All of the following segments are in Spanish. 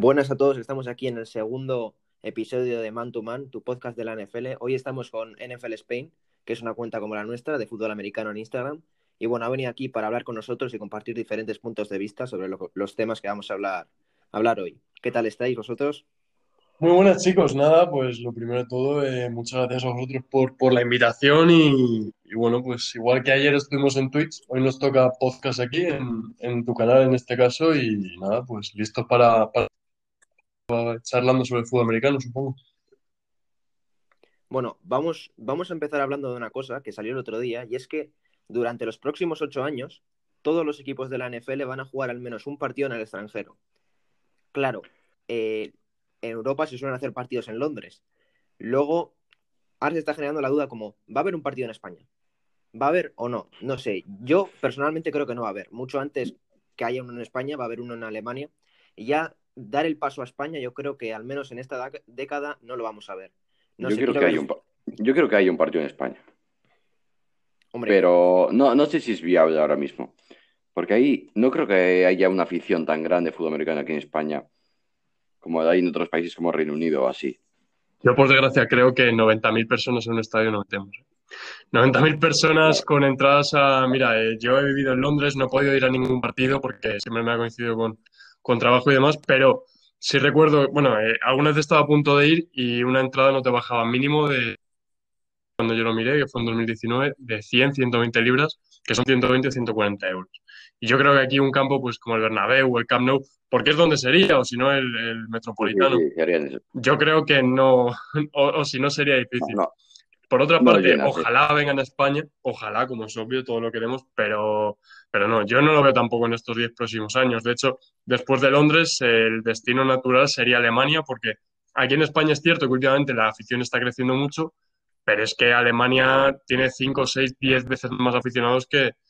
Buenas a todos, estamos aquí en el segundo episodio de Man to Man, tu podcast de la NFL. Hoy estamos con NFL Spain, que es una cuenta como la nuestra de fútbol americano en Instagram. Y bueno, ha venido aquí para hablar con nosotros y compartir diferentes puntos de vista sobre los temas que vamos a hablar hoy. ¿Qué tal estáis vosotros? Muy buenas chicos, nada, pues lo primero de todo, muchas gracias a vosotros por la invitación y bueno, pues igual que ayer estuvimos en Twitch, hoy nos toca podcast aquí en tu canal en este caso y nada, pues listos para charlando sobre el fútbol americano, supongo. Bueno, vamos a empezar hablando de una cosa que salió el otro día, y es que durante los próximos 8 años, todos los equipos de la NFL van a jugar al menos un partido en el extranjero. Claro, en Europa se suelen hacer partidos en Londres. Luego, ahora se está generando la duda como, ¿va a haber un partido en España? ¿Va a haber o no? No sé. Yo personalmente creo que no va a haber. Mucho antes que haya uno en España, va a haber uno en Alemania. Y ya dar el paso a España, yo creo que al menos en esta década no lo vamos a ver. No Yo sé, quiero quiero que ver. haya yo creo que haya un partido en España, Hombre, pero no sé si es viable ahora mismo, porque ahí no creo que haya una afición tan grande de fútbol americano aquí en España como hay en otros países como Reino Unido o así. Yo por desgracia creo que 90.000 personas en un estadio no metemos. 90.000 personas Claro. con entradas a... Mira, yo he vivido en Londres, no he podido ir a ningún partido porque siempre me ha coincidido con trabajo y demás, pero sí recuerdo, bueno, alguna vez estaba a punto de ir y una entrada no te bajaba mínimo de, cuando yo lo miré, que fue en 2019, de 100, 120 libras, que son 120 o 140 euros. Y yo creo que aquí un campo pues como el Bernabéu o el Camp Nou, porque es donde sería, o si no el Sí, sí, Metropolitano, sí, se harían eso. yo creo que no, o si no sería No, difícil. no, Por otra no lo parte, llenas, ¿eh? ojalá vengan a España, ojalá, como es obvio, todo lo queremos, pero no, yo no lo veo tampoco en estos 10 próximos años. De hecho, después de Londres, el destino natural sería Alemania, porque aquí en España es cierto que últimamente la afición está creciendo mucho, pero es que Alemania tiene 5, 6, 10 veces más aficionados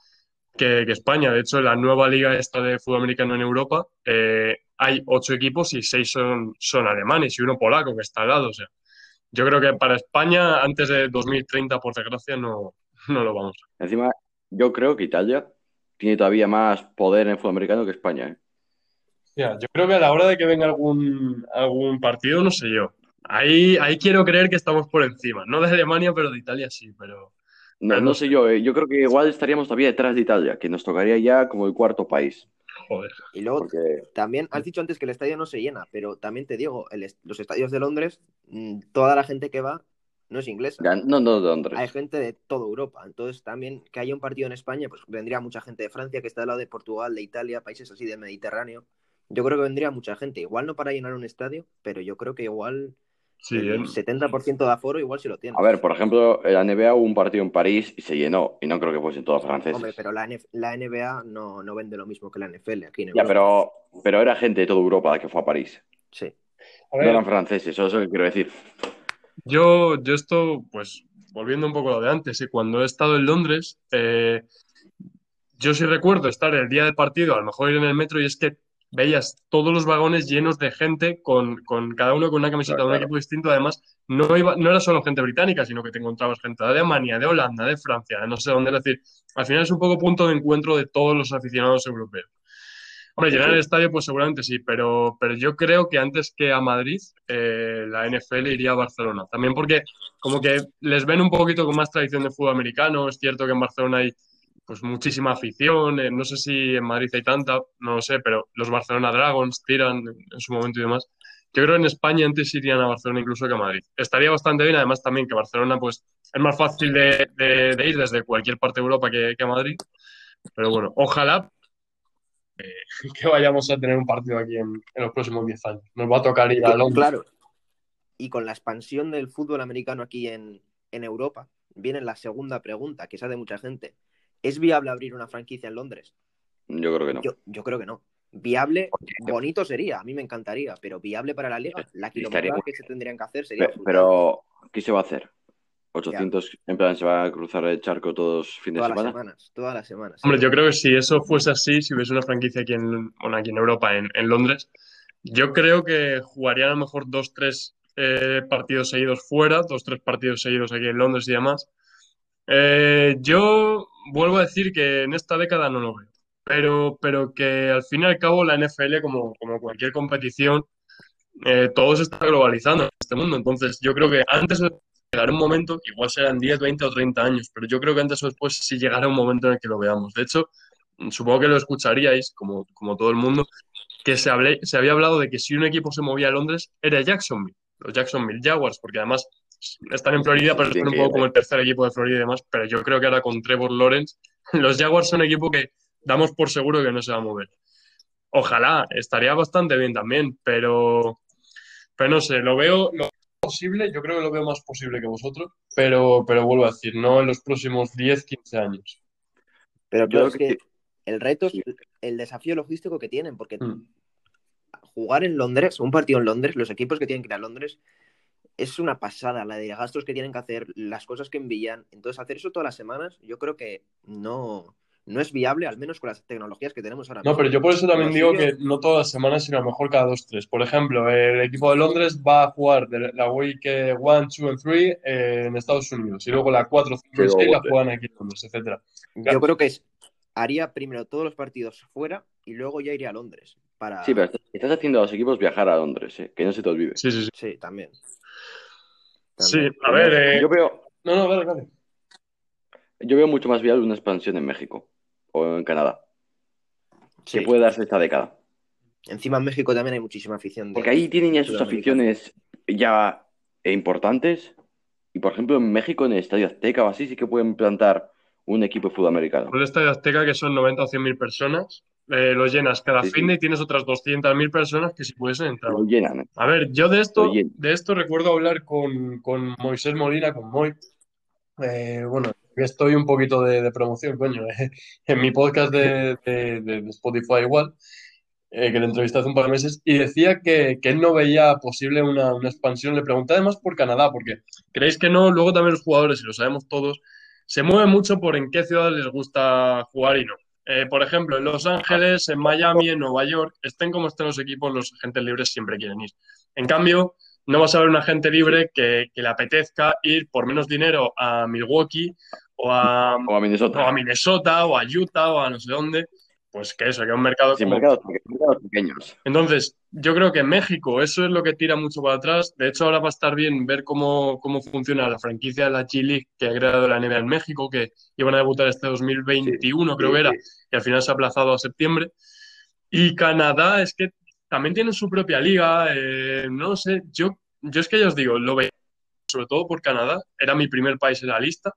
que España. De hecho, en la nueva liga esta de fútbol americano en Europa, hay 8 equipos y 6 son alemanes y uno polaco que está al lado. O sea, yo creo que para España, antes de 2030, por desgracia, no lo vamos. Encima, yo creo que Italia tiene todavía más poder en el fútbol americano que España, ¿eh? Ya, yo creo que a la hora de que venga algún partido, no sé yo. Ahí quiero creer que estamos por encima. No de Alemania, pero de Italia sí, No, pero no no sé. sé yo, ¿eh? Yo creo que igual estaríamos todavía detrás de Italia, que nos tocaría ya como el cuarto país, Joder. y luego porque también has dicho antes que el estadio no se llena, pero también te digo, los estadios de Londres, toda la gente que va no es inglesa. no de Hay Londres. gente de toda Europa. Entonces, también que haya un partido en España, pues vendría mucha gente de Francia, que está al lado de Portugal, de Italia, países así del Mediterráneo. Yo creo que vendría mucha gente. Igual no para llenar un estadio, pero yo creo que igual Sí, el 70% de aforo igual sí lo A tiene. ver, por ejemplo, en la NBA hubo un partido en París y se llenó, y no creo que fuesen todos Hombre, franceses. pero la NBA no vende lo mismo que la NFL aquí en Ya, Europa. pero era gente de toda Europa la que fue a París. Sí. a No ver, eran franceses, eso es lo que quiero decir. yo esto, pues, volviendo un poco a lo de antes, cuando he estado en Londres, yo sí recuerdo estar el día del partido, a lo mejor ir en el metro, y es que veías todos los vagones llenos de gente, con cada uno con una camiseta Claro, de un claro. equipo distinto. Además, no era solo gente británica, sino que te encontrabas gente de Alemania, de Holanda, de Francia, de no sé dónde. Es decir, al final es un poco punto de encuentro de todos los aficionados europeos. Hombre, Sí, llenar el sí. estadio, pues seguramente sí, pero yo creo que antes que a Madrid, la NFL iría a Barcelona. También porque como que les ven un poquito con más tradición de fútbol americano. Es cierto que en Barcelona hay pues muchísima afición. No sé si en Madrid hay tanta, no lo sé, pero los Barcelona Dragons tiran en su momento y demás. Yo creo que en España antes irían a Barcelona incluso que a Madrid. Estaría bastante bien, además también que Barcelona pues es más fácil de ir desde cualquier parte de Europa que a Madrid. Pero bueno, ojalá que vayamos a tener un partido aquí en los próximos 10 años. Nos va a tocar ir a Londres. Claro, y con la expansión del fútbol americano aquí en Europa, viene la segunda pregunta que sabe mucha gente. ¿Es viable abrir una franquicia en Londres? Yo creo que no. Yo creo que no. Viable, bonito sería, a mí me encantaría, pero viable para la liga, la Estaría muy kilometrada que se bien. tendrían que hacer sería brutal. Pero, ¿qué se va a hacer? Ya, 800 en plan, se va a cruzar el charco todos fin de semana. todas las semanas, Hombre, sí. yo creo que si eso fuese así, si hubiese una franquicia bueno, aquí en Europa, en Londres, yo creo que jugarían a lo mejor dos, tres partidos seguidos fuera, dos, tres partidos seguidos aquí en Londres y demás. Yo vuelvo a decir que en esta década no lo veo, pero que al fin y al cabo la NFL, como cualquier competición, Todo se está globalizando en este mundo. Entonces, yo creo que antes o después llegará un momento, igual serán 10, 20 o 30 años, pero yo creo que antes o después sí llegará un momento en el que lo veamos. De hecho, supongo que lo escucharíais, como todo el mundo, que se había hablado de que si un equipo se movía a Londres era Jacksonville, los Jacksonville Jaguars, porque además están en Sí, Florida, sí, pero se están tienen un que ir poco como el tercer equipo de Florida y demás, pero yo creo que ahora con Trevor Lawrence, los Jaguars son un equipo que damos por seguro que no se va a mover. Ojalá, estaría bastante bien también, pero no sé, lo veo posible, yo creo que lo veo más posible que vosotros, pero vuelvo a decir, no en los próximos 10 15 años. Pero Yo claro, creo es que que el reto es sí. el desafío logístico que tienen, porque Mm. jugar en Londres, un partido en Londres, los equipos que tienen que ir a Londres, es una pasada la de gastos que tienen que hacer, las cosas que envían. Entonces, hacer eso todas las semanas, yo creo que no es viable, al menos con las tecnologías que tenemos ahora No, pero mismo. yo por eso también Lo digo suyo, que no todas las semanas, sino a lo mejor cada 2, 3. Por ejemplo, el equipo de Londres va a jugar de la Week 1, 2 y 3 en Estados Unidos y luego la 4, Sí, 5 y luego 6 la vuelve. juegan aquí en Londres, etcétera. yo Claro, creo que haría primero todos los partidos fuera y luego ya iría a Londres Sí, pero para... estás haciendo a los equipos viajar a Londres, que no se te olvide. sí, sí, sí. Sí, también, Sí, también. a ver, Yo veo, no, no, vale, vale. yo veo mucho más viable una expansión en México o en Canadá, que Sí. puede darse esta década. Encima en México también hay muchísima afición Porque ahí tienen ya sus sudamericana. aficiones ya importantes. Y por ejemplo, en México, en el Estadio Azteca o así, sí que pueden plantar un equipo de fútbol americano. Por el Estadio Azteca, que son 90 o 100 mil personas, lo llenas cada Sí, fin de sí, y tienes otras 200.000 personas que si pudiesen entrar. lo llenan, ¿eh? A ver, yo Lo llenan. de esto recuerdo hablar con Moisés Molina, con Moy. Bueno, que estoy un poquito de promoción, coño, en mi podcast de Spotify igual, que le entrevisté hace un par de meses, y decía que él no veía posible una expansión. Le pregunté además por Canadá, porque creéis que no, luego también los jugadores, y lo sabemos todos, se mueven mucho por en qué ciudad les gusta jugar y no. Por ejemplo, en Los Ángeles, en Miami, en Nueva York, estén como estén los equipos, los agentes libres siempre quieren ir. En cambio, no vas a ver un agente Sí. libre que le apetezca ir por menos dinero a Milwaukee O a o a Minnesota. Minnesota o a Utah o a no sé dónde. Pues que eso, que es un mercado Sí, como... mercados pequeños. Entonces, yo creo que en México eso es lo que tira mucho para atrás. De hecho, ahora va a estar bien ver cómo funciona la franquicia de la G-League que ha creado la NBA en México, que iban a debutar este Sí, 2021, creo sí, que era, sí. y al final se ha aplazado a septiembre. Y Canadá es que también tiene su propia liga. No lo sé, yo es que ya os digo, lo veía sobre todo por Canadá, era mi primer país en la lista,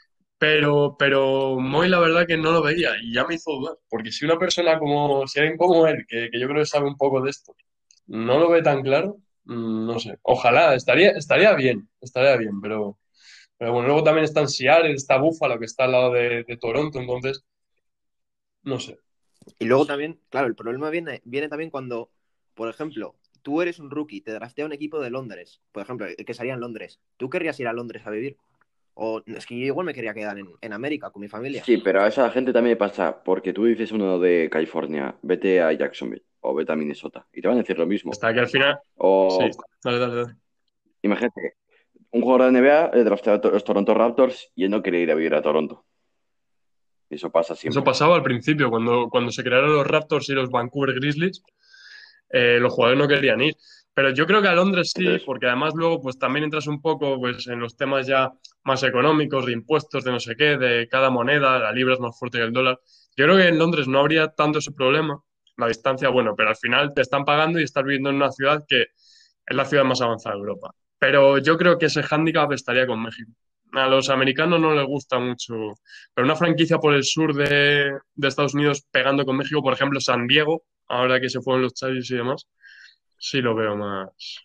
pero Moy la verdad que no lo veía y ya me hizo dudar, porque si una persona como, si alguien como él, que yo creo que sabe un poco de esto, no lo ve tan claro, no sé, ojalá, estaría bien, pero bueno, luego también está en Seattle, está Buffalo, que está al lado de Toronto, entonces, no sé. Y luego también, claro, el problema viene también cuando, por ejemplo, tú eres un rookie, te draftea un equipo de Londres, por ejemplo, que sería en Londres. ¿Tú querrías ir a Londres a vivir? O es que yo igual me quería quedar en América con mi familia. Sí, pero a esa gente también le pasa, porque tú dices uno de California, vete a Jacksonville o vete a Minnesota, y te van a decir lo mismo. Hasta que al final, sí, O dale, dale, dale. imagínate, un jugador de NBA le draftea a los Toronto Raptors y él no quiere ir a vivir a Toronto. Y eso pasa Eso siempre. pasaba al principio, cuando se crearon los Raptors y los Vancouver Grizzlies, los jugadores no querían ir. Pero yo creo que a Londres sí, Entonces, porque además luego pues también entras un poco pues en los temas ya más económicos, de impuestos, de no sé qué, de cada moneda, la libra es más fuerte que el dólar. Yo creo que en Londres no habría tanto ese problema, la distancia, bueno, pero al final te están pagando y estás viviendo en una ciudad que es la ciudad más avanzada de Europa. Pero yo creo que ese hándicap estaría con México. A los americanos no les gusta mucho, pero una franquicia por el sur de Estados Unidos pegando con México, por ejemplo, San Diego, ahora que se fueron los Chargers y demás, sí lo veo más.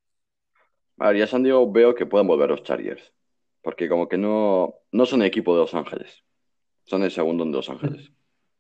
a ver, ya San Diego veo que puedan volver los Chargers, porque como que no son equipo de Los Ángeles, son el segundo en Los Ángeles.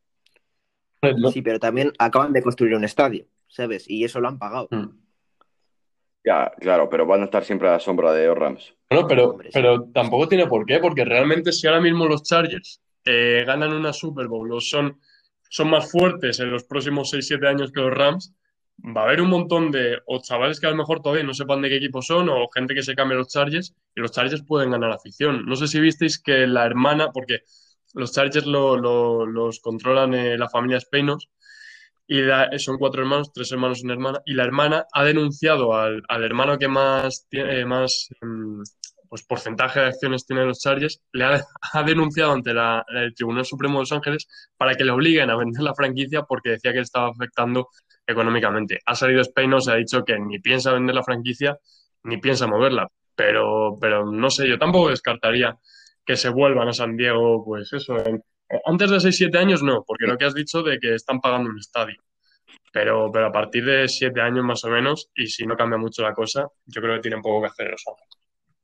No. Sí, pero también acaban de construir un estadio, ¿sabes? Y eso lo han pagado. Mm. Ya, claro, pero van a estar siempre a la sombra de los Rams. Bueno, Hombre, sí. pero tampoco tiene por qué, porque realmente si ahora mismo los Chargers ganan una Super Bowl o son más fuertes en los próximos 6 7 años que los Rams, va a haber un montón de o chavales que a lo mejor todavía no sepan de qué equipo son o gente que se cambie a los Chargers y los Chargers pueden ganar afición. No sé si visteis que la hermana, porque los Chargers los controlan la familia Spanos, y son 4 hermanos, 3 hermanos y una hermana, y la hermana ha denunciado al hermano que más tiene, pues porcentaje de acciones tiene en los Chargers, ha denunciado ante el Tribunal Supremo de Los Ángeles para que le obliguen a vender la franquicia porque decía que le estaba afectando económicamente. Ha salido Spanos, ha dicho que ni piensa vender la franquicia ni piensa moverla, pero no sé, yo tampoco descartaría que se vuelvan a San Diego, pues eso, antes de 6 7 años no, porque lo que has dicho de que están pagando un estadio. Pero a partir de 7 años más o menos, y si no cambia mucho la cosa, yo creo que tienen poco que hacer en Los Ángeles.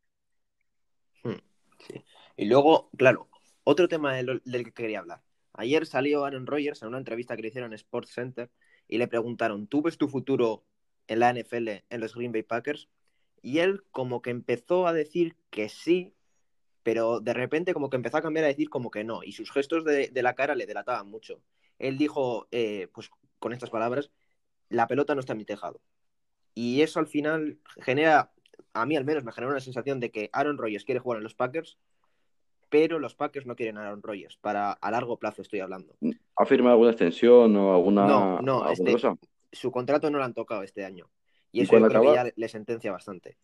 Sí. Y luego, claro, otro tema del que quería hablar. Ayer salió Aaron Rodgers en una entrevista que le hicieron en Sports Center y le preguntaron, ¿tú ves tu futuro en la NFL en los Green Bay Packers? Y él como que empezó a decir que sí, pero de repente como que empezó a cambiar a decir como que no, y sus gestos de la cara le delataban mucho. Él dijo, pues con estas palabras, la pelota no está en mi tejado. Y eso al final genera, a mí al menos me genera una sensación de que Aaron Rodgers quiere jugar en los Packers, pero los Packers no quieren a Aaron Rodgers, para a largo plazo estoy hablando. ¿Ha firmado alguna extensión o No, no, alguna cosa? su contrato no lo han tocado este año. Y ¿Y eso yo cuándo creo que acaba? ya le sentencia bastante.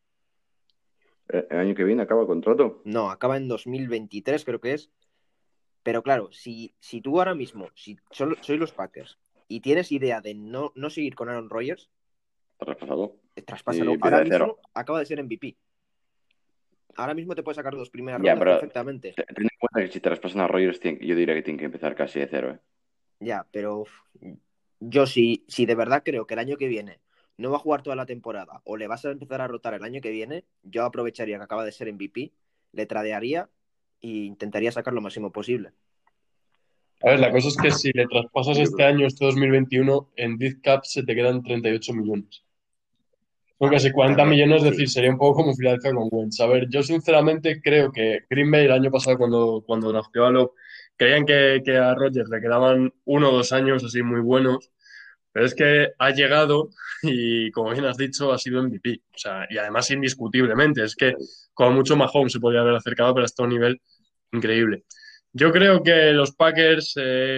¿El año que viene acaba el contrato? No, acaba en 2023 creo que es. Pero claro, si tú ahora mismo, si sois los Packers y tienes idea de no seguir con Aaron Rodgers, Traspasado. Y traspásalo. empieza Ahora de cero. mismo acaba de ser MVP. Ahora mismo te puede sacar 2 primeras Ya, rondas pero perfectamente. ten en cuenta que si traspasan a Rodgers, yo diría que tienen que empezar casi de cero, ¿eh? Ya, pero yo si de verdad creo que el año que viene no va a jugar toda la temporada o le vas a empezar a rotar el año que viene, yo aprovecharía que acaba de ser MVP, le tradearía e intentaría sacar lo máximo posible. A ver, la cosa es que si le traspasas Yo este creo. año, este 2021, en Dead Cap se te quedan 38 millones. Son casi 40 También, millones, es sí. decir, sería un poco como Philadelphia con Wentz. A ver, yo sinceramente creo que Green Bay el año pasado cuando drafteó a Love, creían que a Rodgers le quedaban 1 o 2 años así muy buenos, pero es que ha llegado y, como bien has dicho, ha sido MVP. O sea, y además indiscutiblemente, es que como mucho Mahomes se podría haber acercado, pero hasta un nivel increíble. Yo creo que los Packers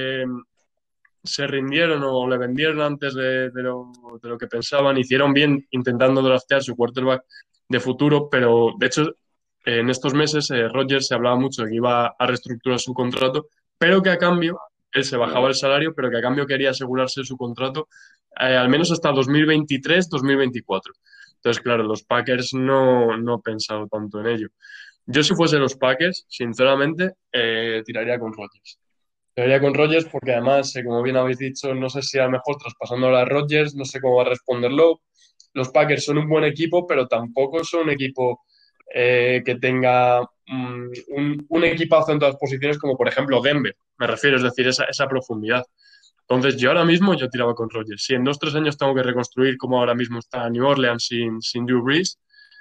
se rindieron o le vendieron antes de lo que pensaban. Hicieron bien intentando draftear su quarterback de futuro, pero de hecho en estos meses Rodgers se hablaba mucho de que iba a reestructurar su contrato, pero que a cambio él se bajaba el salario, pero que a cambio quería asegurarse su contrato al menos hasta 2023-2024. Entonces, claro, los Packers no han pensado tanto en ello. Yo si fuese los Packers, sinceramente, tiraría con Rodgers. Debería con Rodgers porque además, como bien habéis dicho, no sé si a lo mejor traspasándola a Rodgers, no sé cómo va a responderlo. Los Packers son un buen equipo, pero tampoco son un equipo que tenga un equipazo en todas las posiciones, como por ejemplo Denver, me refiero, es decir, esa profundidad. Entonces, yo ahora mismo yo tiraba con Rodgers. Si en 2 3 años tengo que reconstruir como ahora mismo está New Orleans sin Drew Brees,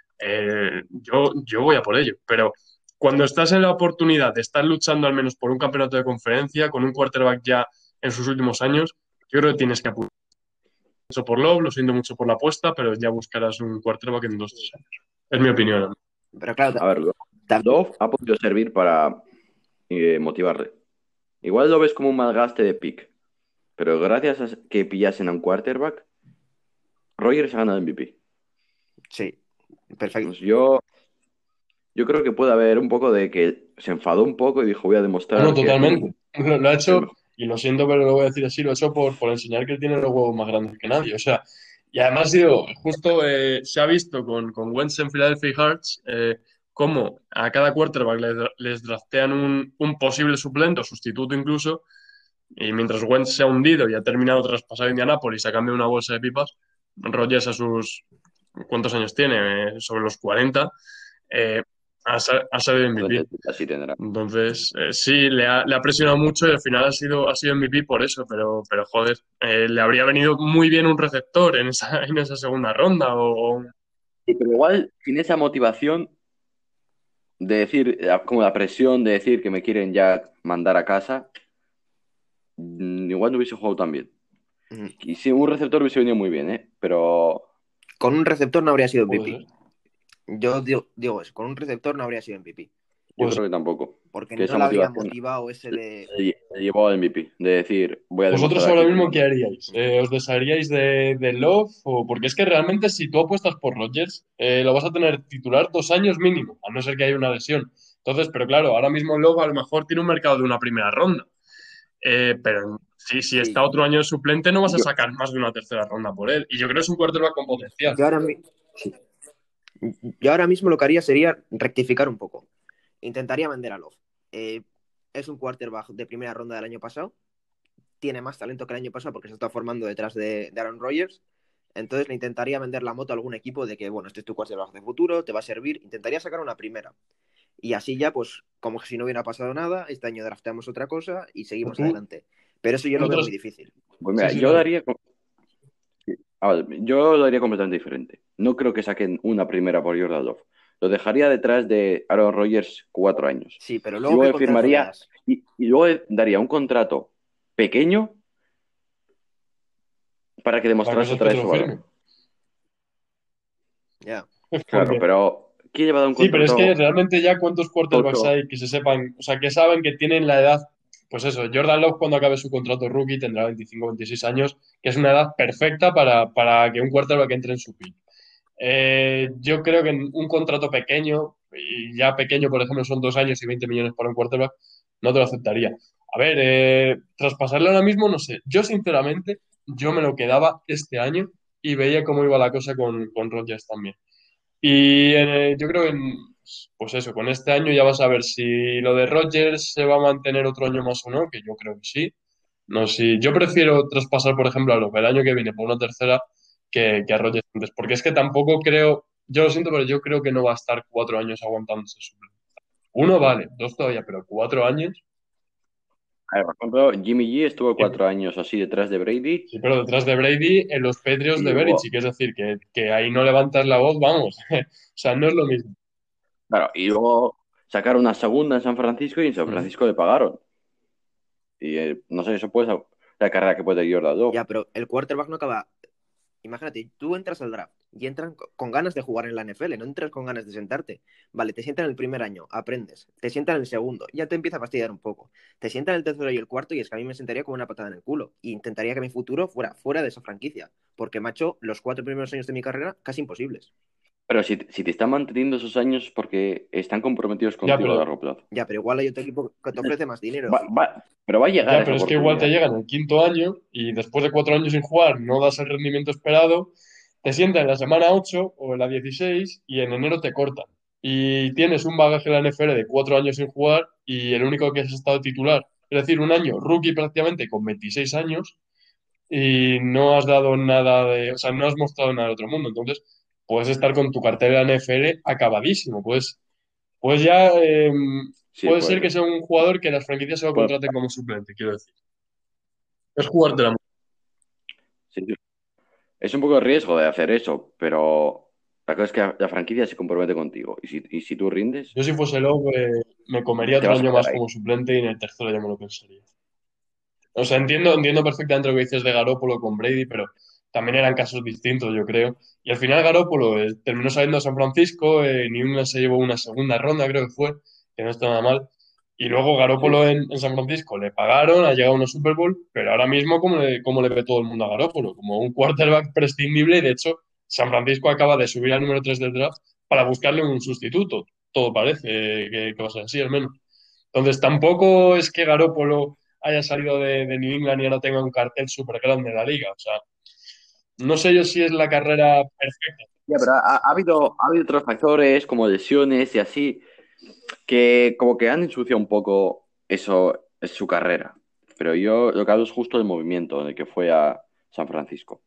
yo voy a por ello. Pero cuando estás en la oportunidad de estar luchando al menos por un campeonato de conferencia, con un quarterback ya en sus últimos años, yo creo que tienes que apuntar mucho por Love, lo siento mucho por la apuesta, pero ya buscarás un quarterback en 2 3 años. Es mi opinión. Pero claro, A ver, también, Love ha podido servir para motivarle. Igual lo ves como un mal gaste de pick, pero gracias a que pillasen a un quarterback, Rodgers ha ganado MVP. sí, perfecto. Pues yo creo que puede haber un poco de que se enfadó un poco y dijo, voy a No, no, demostrar que soy totalmente. Lo ha el hecho, mejor. y lo siento, pero lo voy a decir así, lo ha hecho por enseñar que él tiene los huevos más grandes que nadie. O sea, y además ha sido, justo se ha visto con Wentz en Philadelphia Hearts, cómo a cada quarterback les draftean un posible suplente o sustituto incluso, y mientras Wentz se ha hundido y ha terminado traspasado a Indianapolis a cambio de una bolsa de pipas, Rodgers a sus, ¿cuántos años tiene? Sobre los 40, eh, ha salido MVP. Así tendrá. Entonces, sí, le ha presionado mucho y al final ha sido MVP por eso, pero joder, le habría venido muy bien un receptor en esa segunda ronda Sí, pero igual sin esa motivación de decir, como la presión de decir que me quieren ya mandar a casa, igual no hubiese jugado tan bien. Mm. Y si un receptor hubiese venido muy bien, ¿eh? Pero Con un receptor no habría sido puede MVP. ser, Yo digo eso, con un receptor no habría sido MVP. yo puede ser. creo que tampoco. porque que no esa le habría motivación motivado ese de... le llevó al MVP, de decir, voy a ¿Vosotros demostrar ahora aquí que mismo qué mando. haríais? ¿Os desharíais de Love? Porque es que realmente si tú apuestas por Rodgers, lo vas a tener titular 2 años mínimo, a no ser que haya una lesión. Entonces, pero claro, ahora mismo Love a lo mejor tiene un mercado de una primera ronda. Pero si está Sí, otro año de suplente, no vas a Yo, sacar más de una tercera ronda por él. Y yo creo que es un quarterback con potencial. yo ahora, sí. Yo ahora mismo lo que haría sería rectificar un poco. Intentaría vender a Love. Eh, es un quarterback de primera ronda del año pasado. Tiene más talento que el año pasado porque se está formando detrás de Aaron Rodgers. Entonces le intentaría vender la moto a algún equipo de que, bueno, este es tu quarterback de futuro, te va a servir. Intentaría sacar una primera. Y así ya, pues, como si no hubiera pasado nada, este año drafteamos otra cosa y seguimos Tú, adelante. Pero eso yo lo veo muy vosotros, difícil. pues sí, mira, sí, dale. yo lo haría completamente diferente. No creo que saquen una primera por Jordan Love. Lo dejaría detrás de Aaron Rodgers 4 años. Sí, pero Y luego, ¿qué luego contrato le firmaría, das? y luego le daría un contrato pequeño para que La demostrase cosa es que otra te vez lo su valor. firme. Ya. Claro, Porque pero ¿quién lleva a dar un sí, pero es que contrato realmente ya cuántos quarterbacks tocho? hay que se sepan, o sea, que saben que tienen la edad, pues eso, Jordan Love cuando acabe su contrato rookie tendrá 25 26 años, que es una edad perfecta para que un quarterback entre en su pick. Yo creo que en un contrato pequeño, y ya pequeño, por ejemplo, son 2 años y 20 millones para un quarterback, no te lo aceptaría. A ver, traspasarle ahora mismo, no sé. Yo, sinceramente, yo me lo quedaba este año y veía cómo iba la cosa con Rodgers también. Y yo creo que, pues eso, con este año ya vas a ver si lo de Rodgers se va a mantener otro año más o no, que yo creo que sí. No, sí. Yo prefiero traspasar, por ejemplo, a lo el año que viene por una tercera que a Rodgers antes, porque es que tampoco creo, yo lo siento, pero yo creo que no va a estar 4 años aguantándose suplente. Uno vale, dos todavía, pero 4 años. A ver, por ejemplo, Jimmy G estuvo Sí, 4 años así detrás de Brady sí, pero detrás de Brady en los Patriots y de luego, Belichick, es decir, que ahí no levantas la voz, vamos. O sea, no es lo mismo. claro, y luego sacaron una segunda en San Francisco y en San Ujú. Francisco le pagaron. Y no sé, eso puede ser la carrera que puede Jordan Love. Ya, pero el quarterback no acaba. Imagínate, tú entras al draft y entran con ganas de jugar en la NFL, no entras con ganas de sentarte. Vale, te sientan el primer año, aprendes. Te sientan el segundo, ya te empieza a fastidiar un poco. Te sientan el tercero y el cuarto y es que a mí me sentaría como una patada en el culo. Y intentaría que mi futuro fuera de esa franquicia. Porque, macho, los 4 primeros años de mi carrera casi imposibles. Pero si te están manteniendo esos años es porque están comprometidos Ya, contigo a pero largo plazo. Ya, pero igual hay otro equipo que te ofrece más dinero. Pero va a llegar Ya, esa pero es que igual te oportunidad. llega en el quinto año y después de 4 años sin jugar no das el rendimiento esperado, te sientan en la semana 8 o en la 16 y en enero te cortan. Y tienes un bagaje en la NFL de 4 años sin jugar y el único que has estado titular, es decir, un año rookie prácticamente con 26 años y no has dado nada de, o sea, no has mostrado nada de otro mundo. Entonces, puedes estar con tu cartera de la NFL acabadísimo. Pues ya Sí, puede ser puede que ser. sea un jugador que las franquicias se lo Puede- contraten como suplente, quiero decir. Es jugártela. sí, sí. Es un poco de riesgo de hacer eso, pero la cosa es que la franquicia se compromete contigo. Y si tú rindes, Yo si fuese Love, me comería te otro vas a año quedar más ahí. como suplente y en el tercero ya me lo pensaría. O sea, entiendo perfectamente lo que dices de Garoppolo con Brady, pero también eran casos distintos, yo creo. Y al final Garoppolo terminó saliendo a San Francisco, New England se llevó una segunda ronda, creo que fue, que no está nada mal. Y luego Sí. Garoppolo en San Francisco le pagaron, ha llegado a una Super Bowl, pero ahora mismo, ¿cómo le ve todo el mundo a Garoppolo? Como un quarterback prescindible, y de hecho, San Francisco acaba de subir al número 3 del draft para buscarle un sustituto. Todo parece que va a ser así, al menos. Entonces, tampoco es que Garoppolo haya salido de New England y ahora tenga un cartel súper grande en la liga. O sea, no sé yo si es la carrera perfecta. Ya, pero ha habido otros factores como lesiones y así que como que han ensuciado un poco eso, es su carrera. Pero yo lo que hablo es justo del movimiento en el que fue a San Francisco.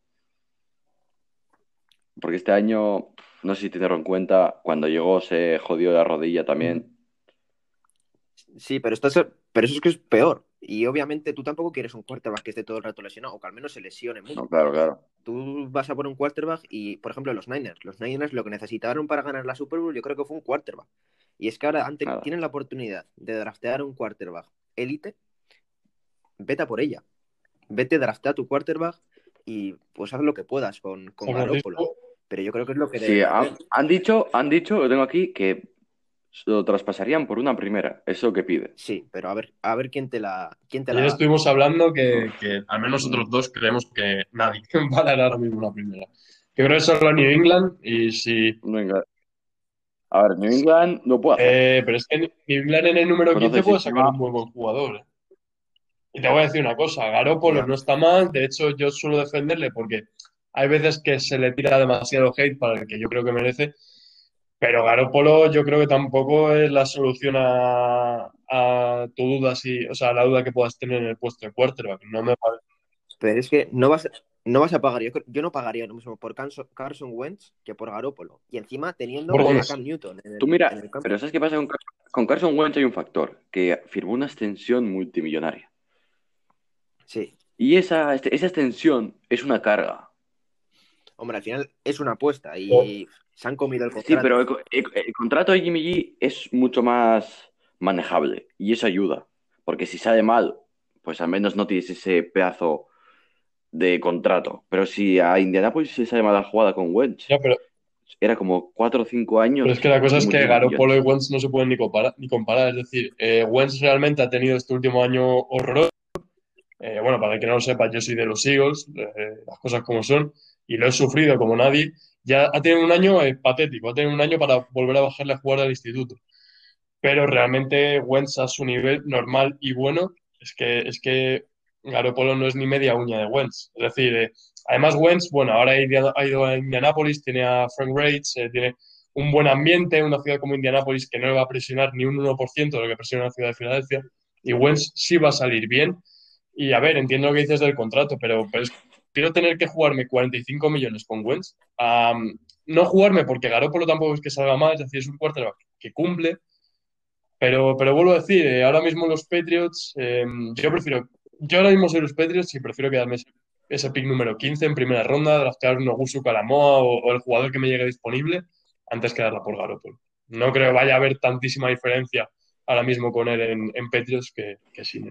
Porque este año, no sé si te dieron cuenta, cuando llegó se jodió la rodilla también. Sí, pero eso es que es peor. Y obviamente tú tampoco quieres un quarterback que esté todo el rato lesionado, o que al menos se lesione mucho. No, claro, claro. Tú vas a por un quarterback y, por ejemplo, los Niners. Los Niners lo que necesitaron para ganar la Super Bowl yo creo que fue un quarterback. Y es que ahora Nada. tienen la oportunidad de draftear un quarterback élite, vete a por ella. Vete, draftea tu quarterback y pues haz lo que puedas con San Garoppolo. Francisco, Pero yo creo que es lo que Sí, deben de hacer. han dicho, lo tengo aquí, que lo traspasarían por una primera. ¿Eso qué pide? Sí, pero a ver quién te la Ayer da. estuvimos hablando Uf, que al menos nosotros dos creemos que nadie va a dar ahora mismo una primera. Yo creo que solo New England y si... venga. A ver, New England lo puede hacer. pero es que New England en el número Conoce 15 el puede sacar sistema. un muy buen jugador. Y te voy a decir una cosa, Garoppolo Ya. no está mal, de hecho yo suelo defenderle porque hay veces que se le tira demasiado hate para el que yo creo que merece, pero Garoppolo yo creo que tampoco es la solución a tu duda, si, o sea, la duda que puedas tener en el puesto de quarterback. No me parece. Pero es que no vas a pagar. Yo no pagaría lo mismo por Carson Wentz que por Garoppolo. Y encima teniendo a Borgones. Cam Newton Tú en mira, el campo. pero ¿sabes qué pasa con Carson Wentz? Hay un factor, que firmó una extensión multimillonaria. Sí. Y esa extensión es una carga. Hombre, al final es una apuesta y se han comido el Sí, pero contrato. el contrato de Jimmy G es mucho más manejable y eso ayuda. Porque si sale mal, pues al menos no tienes ese pedazo de contrato. Pero si a Indianapolis se sale mal la jugada con Wentz, Ya, era como 4 o 5 años pero es que la cosa y es que muchos Garoppolo y millones. Wentz no se pueden ni comparar. Es decir, Wentz realmente ha tenido este último año horroroso. Bueno, para el que no lo sepa, yo soy de los Eagles, las cosas como son, y lo he sufrido como nadie. Ya ha tenido un año patético, ha tenido un año para volver a bajarle a jugar al instituto. Pero realmente Wentz a su nivel normal y bueno, es que Garoppolo no es ni media uña de Wentz. Es decir, además Wentz, bueno, ahora ha ido a Indianapolis, tiene a Frank Reich, tiene un buen ambiente, una ciudad como Indianapolis que no le va a presionar ni un 1% de lo que presiona la ciudad de Filadelfia, y Wentz sí va a salir bien. Y a ver, entiendo lo que dices del contrato, pero quiero tener que jugarme 45 millones con Wentz. No jugarme porque Garoppolo tampoco es que salga mal, es decir, es un quarterback que cumple, pero vuelvo a decir, ahora mismo los Patriots, yo ahora mismo soy los Patriots y prefiero quedarme ese pick número 15 en primera ronda, draftear un Ogusu Kalamoa o el jugador que me llegue disponible antes que darla por Garoppolo. No creo que vaya a haber tantísima diferencia ahora mismo con él en Patriots que sin él.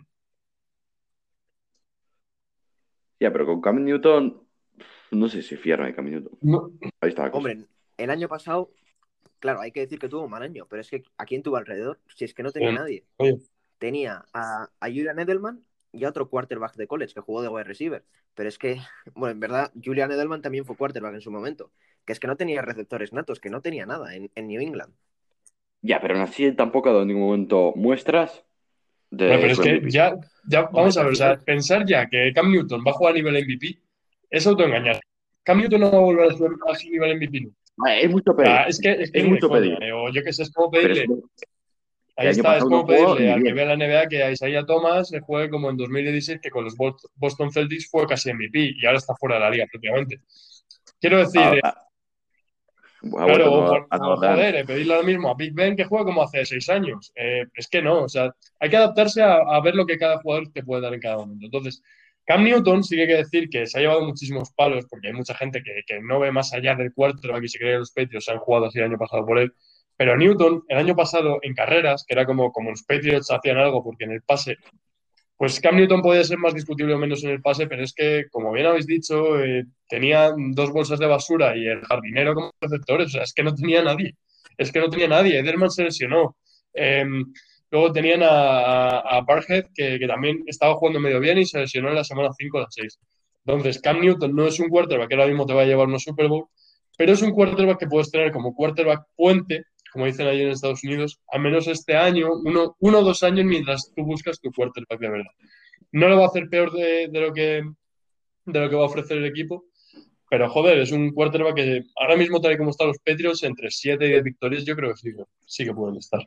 Ya, pero con Cam Newton, no sé si fiarme de Cam Newton. No, Ahí está la cosa. Hombre, el año pasado, claro, hay que decir que tuvo un mal año, pero es que ¿a quién tuvo alrededor? Si es que no tenía nadie. oye, Tenía a Julian Edelman y a otro quarterback de college que jugó de wide receiver. Pero es que, bueno, en verdad, Julian Edelman también fue quarterback en su momento. Que es que no tenía receptores natos, que no tenía nada en New England. Ya, pero aún así él tampoco ha dado en ningún momento muestras bueno, de pero es su que MVP. ya Hombre, vamos a pero al ver, o sea, final, pensar ya que Cam Newton va a jugar a nivel MVP es autoengañar. Cam Newton no va a volver a su nivel MVP nunca. Es mucho O pedir. sea, es que Es ni de mucho coña. pedir. O yo qué sé, es como Pero pedirle, el ahí año está, es pasado no como jugó pedirle ni al que bien. vea la NBA que a Isaiah Thomas le juegue como en 2016, que con los Boston Celtics fue casi MVP y ahora está fuera de la liga prácticamente. Quiero decir, Ha, ha claro, vuelto o a Nueva Orleans. joder, pedirle ahora mismo a Big Ben que juega como hace 6 años. Es que no, o sea, hay que adaptarse a ver lo que cada jugador te puede dar en cada momento. Entonces, Cam Newton sí que hay que decir que se ha llevado muchísimos palos porque hay mucha gente que no ve más allá del cuarto, aquí se cree que los Patriots han jugado así el año pasado por él. Pero Newton, el año pasado en carreras, que era como los Patriots hacían algo porque en el pase pues Cam Newton podía ser más discutible o menos en el pase, pero es que, como bien habéis dicho, tenía dos bolsas de basura y el jardinero como receptores. O sea, es que no tenía nadie. Es que no tenía nadie. Edelman se lesionó. Eh, luego tenían a Barhead, que también estaba jugando medio bien y se lesionó en la semana 5 o la 6. Entonces, Cam Newton no es un quarterback que ahora mismo te va a llevar una Super Bowl, pero es un quarterback que puedes tener como quarterback puente, como dicen allí en Estados Unidos, al menos este año, uno o 2 años mientras tú buscas tu quarterback de verdad. No lo va a hacer peor de lo que va a ofrecer el equipo, pero joder, es un quarterback que ahora mismo, tal y como están los Patriots, entre 7 y 10 victorias, yo creo que sí que pueden estar.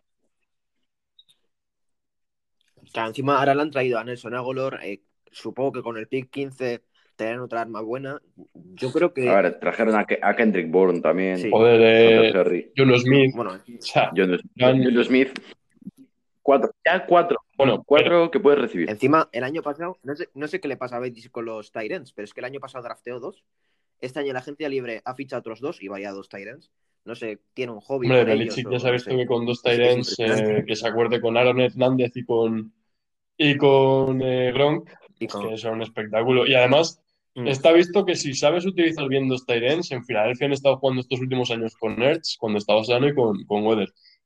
claro, encima ahora le han traído a Nelson Agholor. Supongo que con el pick 15 tendrán otra arma buena. Yo creo A que ver, trajeron a Kendrick Bourne también, sí. Joder, Hunter Henry, Juno Smith, o Bueno, sea, han- John Smith. Cuatro, ya cuatro. bueno, pero Cuatro que puedes recibir. encima el año pasado, no sé qué le pasa a Betis con los Tyrants, pero es que el año pasado drafteó dos. Este año la agencia libre ha fichado otros dos y vaya dos Tyrants. No sé, tiene un hobby hombre, por ellos Belichick ya se o ha no visto sé. que con dos Es Tyrants impresionante. que se acuerde con Aaron Hernández y con Gronk, Y es con, que son un espectáculo. Y además, mm, está visto que si sabes utilizar bien dos tight ends, en Filadelfia han estado jugando estos últimos años con Ertz, cuando estaba sano, y con Weather.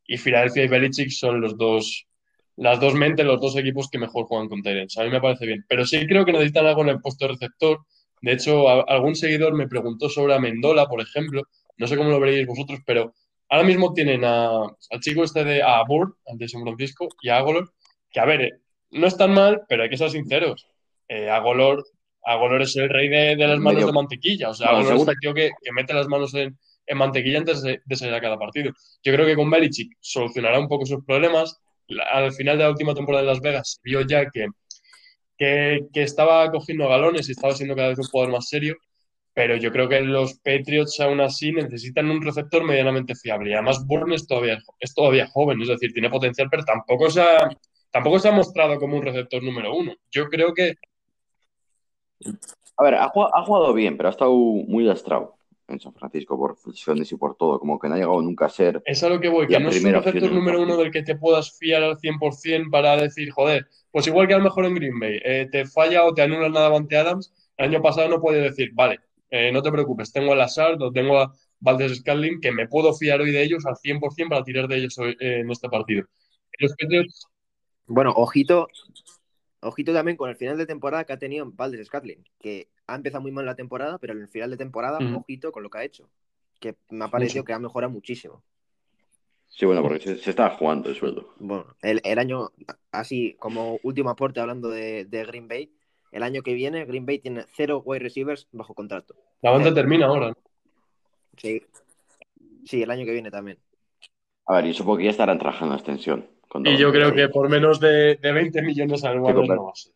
y Philadelphia y Belichick son las dos mentes, los dos equipos que mejor juegan con Tyrants. A mí me parece bien. Pero sí creo que necesitan algo en el puesto de receptor. De hecho, algún seguidor me preguntó sobre Amendola, por ejemplo. No sé cómo lo veréis vosotros, pero ahora mismo tienen al chico este a Burr, al de San Francisco, y a Agolor, que a ver, no están mal, pero hay que ser sinceros. Agolor, Agolor es el rey de las manos de Medio. mantequilla. O sea, Bueno, Agolor es segunda. el tío que mete las manos en mantequilla antes de salir a cada partido. Yo creo que con Belichick solucionará un poco sus problemas. Al final de la última temporada de Las Vegas vio ya que estaba cogiendo galones y estaba siendo cada vez un jugador más serio, pero yo creo que los Patriots aún así necesitan un receptor medianamente fiable. Y además Bourne es todavía joven, es decir, tiene potencial, pero tampoco se ha mostrado como un receptor número uno. Yo creo que A ver, ha jugado bien, pero ha estado muy lastrado en San Francisco por lesiones y por todo. Como que no ha llegado nunca a ser es a lo que voy, que la no es un primera opción receptor en un número uno partido. del que te puedas fiar al 100% para decir, joder, pues igual que a lo mejor en Green Bay, te falla o te anula nada Davante Adams, el año pasado no puede decir, vale, no te preocupes, tengo a Lazard o tengo a Valdez Scantling, que me puedo fiar hoy de ellos al 100% para tirar de ellos hoy, en este partido. Los Patriots, Bueno, ojito también con el final de temporada que ha tenido Valdez Scantling, que ha empezado muy mal la temporada, pero en el final de temporada, ojito con lo que ha hecho, que me ha mucho. parecido que ha mejorado muchísimo. Sí, bueno, porque se estaba jugando el sueldo. Bueno, el año, así como último aporte hablando de Green Bay, el año que viene Green Bay tiene 0 wide receivers bajo contrato. La banda Cero. termina ahora, ¿no? Sí, sí, el año que viene también. A ver, yo supongo que ya estarán trabajando en la extensión con Y yo Davante creo ya. que Sí, por sí. menos de 20 millones Se, anuales conver- no va a ser.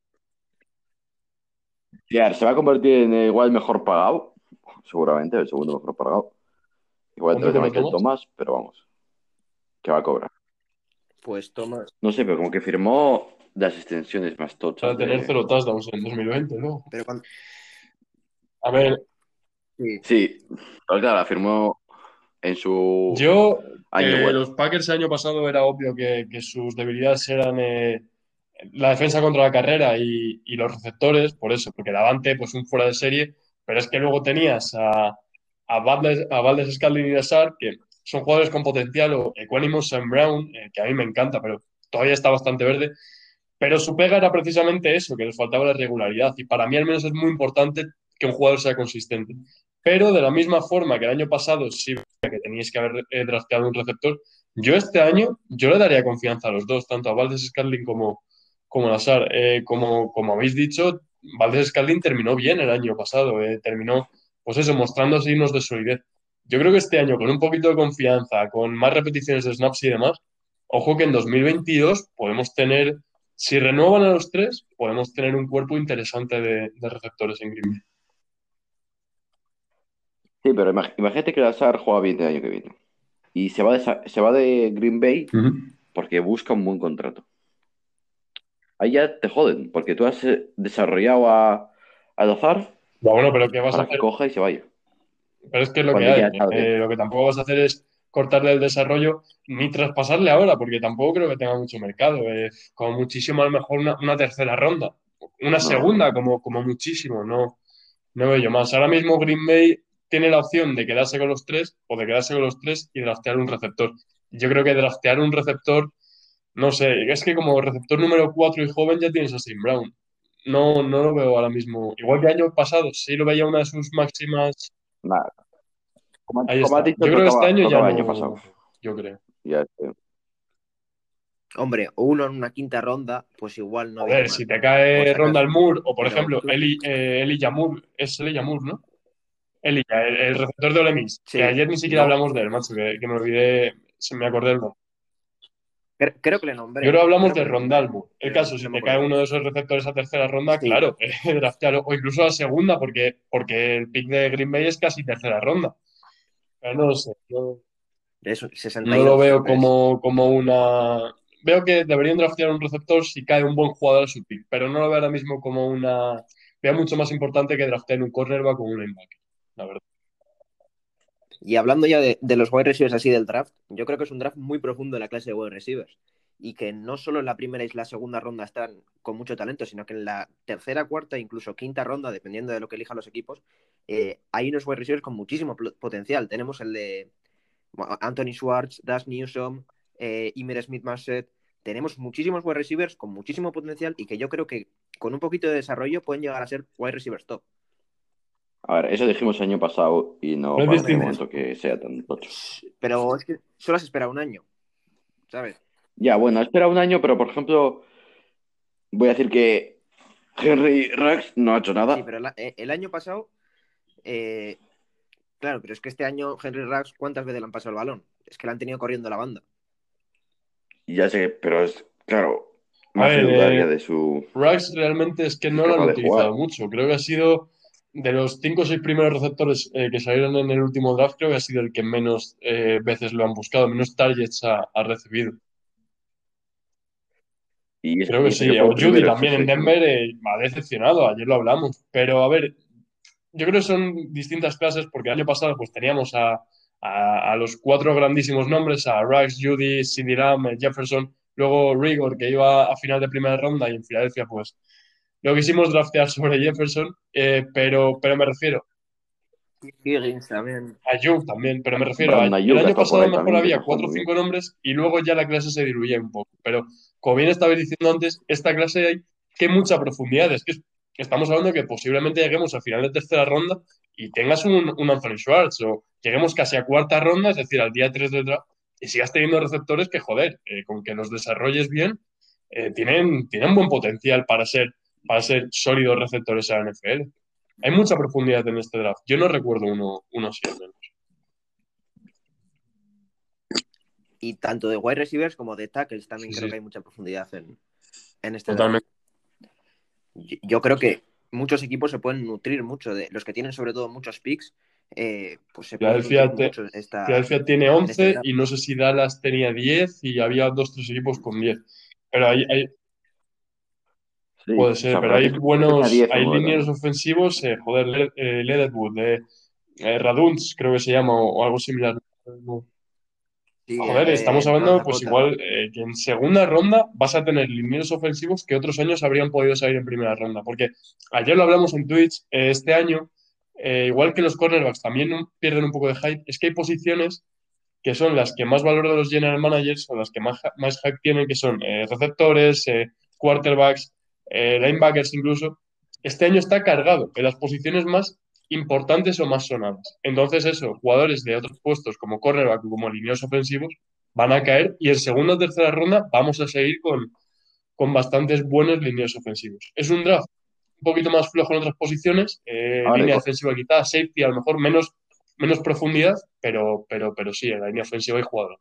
Sí, a ver, se va a convertir en igual el mejor pagado, seguramente, el segundo mejor pagado. Igual ¿Cuánto tres de cobra Michael Tomás? Thomas, pero vamos, que va a cobrar. Pues toma. No sé, pero como que firmó de las extensiones más Para tochas tener de... cero touchdowns en 2020, ¿no? Pero cuando. A ver, Sí. Sí, pero claro, la firmó en su yo, año bueno. los Packers el año pasado era obvio que sus debilidades eran la defensa contra la carrera y los receptores, por eso, porque Davante, pues un fuera de serie, pero es que luego tenías a Valdez Scantling y Lazard, que son jugadores con potencial, o Equanimous Sam Brown, que a mí me encanta, pero todavía está bastante verde, pero su pega era precisamente eso, que les faltaba la regularidad, y para mí al menos es muy importante que un jugador sea consistente. Pero de la misma forma que el año pasado sí que teníais que haber drafteado un receptor, yo este año yo le daría confianza a los dos, tanto a Valdez Scantling como a Lazar. Como habéis dicho, Valdez Scantling terminó bien el año pasado, terminó, pues eso, mostrando signos de solidez. Yo creo que este año, con un poquito de confianza, con más repeticiones de snaps y demás, ojo que en 2022 podemos tener, si renuevan a los tres, podemos tener un cuerpo interesante de receptores en Green Bay. Sí, pero imagínate que Lazar juega bien el año que viene. Y se va de Green Bay Ujú. porque busca un buen contrato. Ahí ya te joden, porque tú has desarrollado a Lazar Bueno, pero ¿qué vas a para que hacer? coja y se vaya. Pero es que es lo que Cuando hay. ya está bien. Lo que tampoco vas a hacer es cortarle el desarrollo ni traspasarle ahora, porque tampoco creo que tenga mucho mercado. Como muchísimo, a lo mejor una tercera ronda, una No. segunda, como muchísimo. No, no veo yo más. Ahora mismo Green Bay tiene la opción de quedarse con los tres o de quedarse con los tres y draftear un receptor. Yo creo que draftear un receptor, no sé, es que como receptor número 4 y joven ya tienes a Sim Brown. No, no lo veo ahora mismo. Igual que el año pasado, sí lo veía una de sus máximas. Nada. Ahí Como has está. dicho, Yo creo que este año ya tocaba el año pasado. no, yo creo. Ya, Hombre, uno en una quinta ronda, pues igual no A viene ver, si mal, te por cae si Rondal acaso. Moore o, por Pero ejemplo, Eli Yamur, es Eli Yamur, ¿no? Eli, el receptor de Ole Miss, que sí, ayer ni siquiera no. hablamos de él, macho, que me olvidé, se me acordé el nombre. Creo que le Yo creo nombré, que hablamos creo de que le Rondal nombré, Moore. El pero caso, si no me te cae acuerdo. uno de esos receptores a tercera ronda, Sí, claro, draftealo, o incluso a segunda, porque el pick de Green Bay es casi tercera ronda. Pero no lo sé, eso, no lo 62 veo creo que es. como una. Veo que deberían draftear un receptor si cae un buen jugador a su pick, pero no lo veo ahora mismo como una. Veo mucho más importante que draftear un cornerback o un linebacker, la verdad. Y hablando ya de los wide receivers así del draft, yo creo que es un draft muy profundo en la clase de wide receivers. Y que no solo en la primera y la segunda ronda están con mucho talento, sino que en la tercera, cuarta e incluso quinta ronda, dependiendo de lo que elijan los equipos, hay unos wide receivers con muchísimo potencial. Tenemos el de Anthony Schwartz, Das Newsom, Ihmir Smith-Marsette. Tenemos muchísimos wide receivers con muchísimo potencial y que yo creo que con un poquito de desarrollo pueden llegar a ser wide receivers top. A ver, eso dijimos el año pasado y no Pero es parece de distinto. momento que sea tan tocho. Pero es que solo has esperado un año, ¿sabes? Ya, bueno, espera un año, pero por ejemplo, voy a decir que Henry Ruggs no ha hecho Sí, nada. pero el año pasado, eh, claro, pero es que este año Henry Ruggs, ¿cuántas veces le han pasado el balón? Es que le han tenido corriendo la banda. Y ya sé, pero es, claro, A me hace ver, dudar ya de su Ruggs realmente es que si es no lo han capaz de utilizado jugar. mucho. Creo que ha sido de los 5 o 6 primeros receptores que salieron en el último draft, creo que ha sido el que menos veces lo han buscado, menos targets ha recibido. Creo que Y eso que sí. fue O el Judy primero, ese también en seleccionado. Denver me ha decepcionado, ayer lo hablamos. Pero a ver, yo creo que son distintas clases porque el año pasado pues teníamos a los 4 grandísimos nombres, a Ruggs, Judy, CeeDee Lamb, Jefferson, luego Rigor que iba a final de primera ronda y en Filadelfia pues lo quisimos draftear sobre Jefferson, pero me refiero Higgins también. a Ayuk también, pero me refiero a Brandon el Ayuk ha año estado por pasado a ahí lo mejor también, que había está jugando 4 o muy bien. 5 nombres y luego ya la clase se diluía un poco. Pero como bien estabais diciendo antes, esta clase hay que mucha profundidad. Es que estamos hablando que posiblemente lleguemos al final de tercera ronda y tengas un Anthony Schwartz o lleguemos casi a cuarta ronda, es decir, al día 3 del draft, y sigas teniendo receptores que, joder, con que los desarrolles bien, tienen buen potencial para ser sólidos receptores a la NFL. Hay mucha profundidad en este draft. Yo no recuerdo uno así al menos. Y tanto de wide receivers como de tackles también Sí, creo sí, que hay mucha profundidad en este draft. totalmente. Yo creo que muchos equipos se pueden nutrir mucho de los que tienen sobre todo muchos picks, pues se pueden nutrir Filadelfia, mucho Filadelfia tiene en este 11 draft. y no sé si Dallas tenía 10 y había dos, tres equipos con 10. Pero Sí, puede ser, San pero hay Francisco tenía buenos, 10 o hay 9 linieros también. ofensivos, joder, Leatherwood, Raduns, creo que se llama, o algo similar. Sí, Joder, estamos North hablando, pues Dakota. igual, que en segunda ronda vas a tener linieros ofensivos que otros años habrían podido salir en primera ronda. Porque ayer lo hablamos en Twitch, este año, igual que los cornerbacks también pierden un poco de hype, es que hay posiciones que son las que más valor de los general managers o las que más hype tienen, que son receptores, quarterbacks, linebackers incluso. Este año está cargado en las posiciones más importantes o más sonadas. Entonces eso, jugadores de otros puestos como cornerback o como lineos ofensivos van a caer y en segunda o tercera ronda vamos a seguir con bastantes buenos lineos ofensivos. Es un draft un poquito más flojo en otras posiciones, Ahora, línea defensiva quizás, safety, a lo mejor menos profundidad, pero sí, en la línea ofensiva hay jugadores.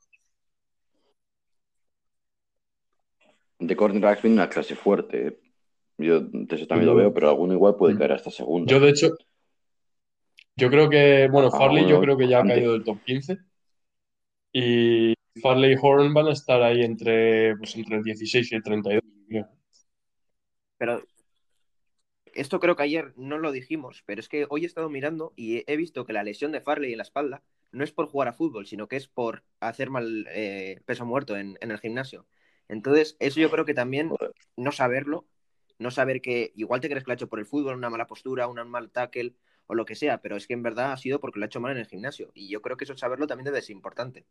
de cornerbacks viene una clase fuerte. Yo de eso Sin también lo duda. veo, pero alguno igual puede caer hasta segunda. Yo, de hecho, yo creo que, bueno, Farley yo Alguno creo que ya ha importante. caído del top 15 y Farley y Horn van a estar ahí entre el 16 y el 32, creo. Pero esto creo que ayer no lo dijimos, pero es que hoy he estado mirando y he visto que la lesión de Farley en la espalda no es por jugar a fútbol, sino que es por hacer mal peso muerto en el gimnasio. Entonces, eso yo creo que también Joder. no saberlo, no saber que igual te crees que lo ha hecho por el fútbol, una mala postura, un mal tackle o lo que sea, pero es que en verdad ha sido porque lo ha hecho mal en el gimnasio. Y yo creo que eso saberlo también debe ser importante.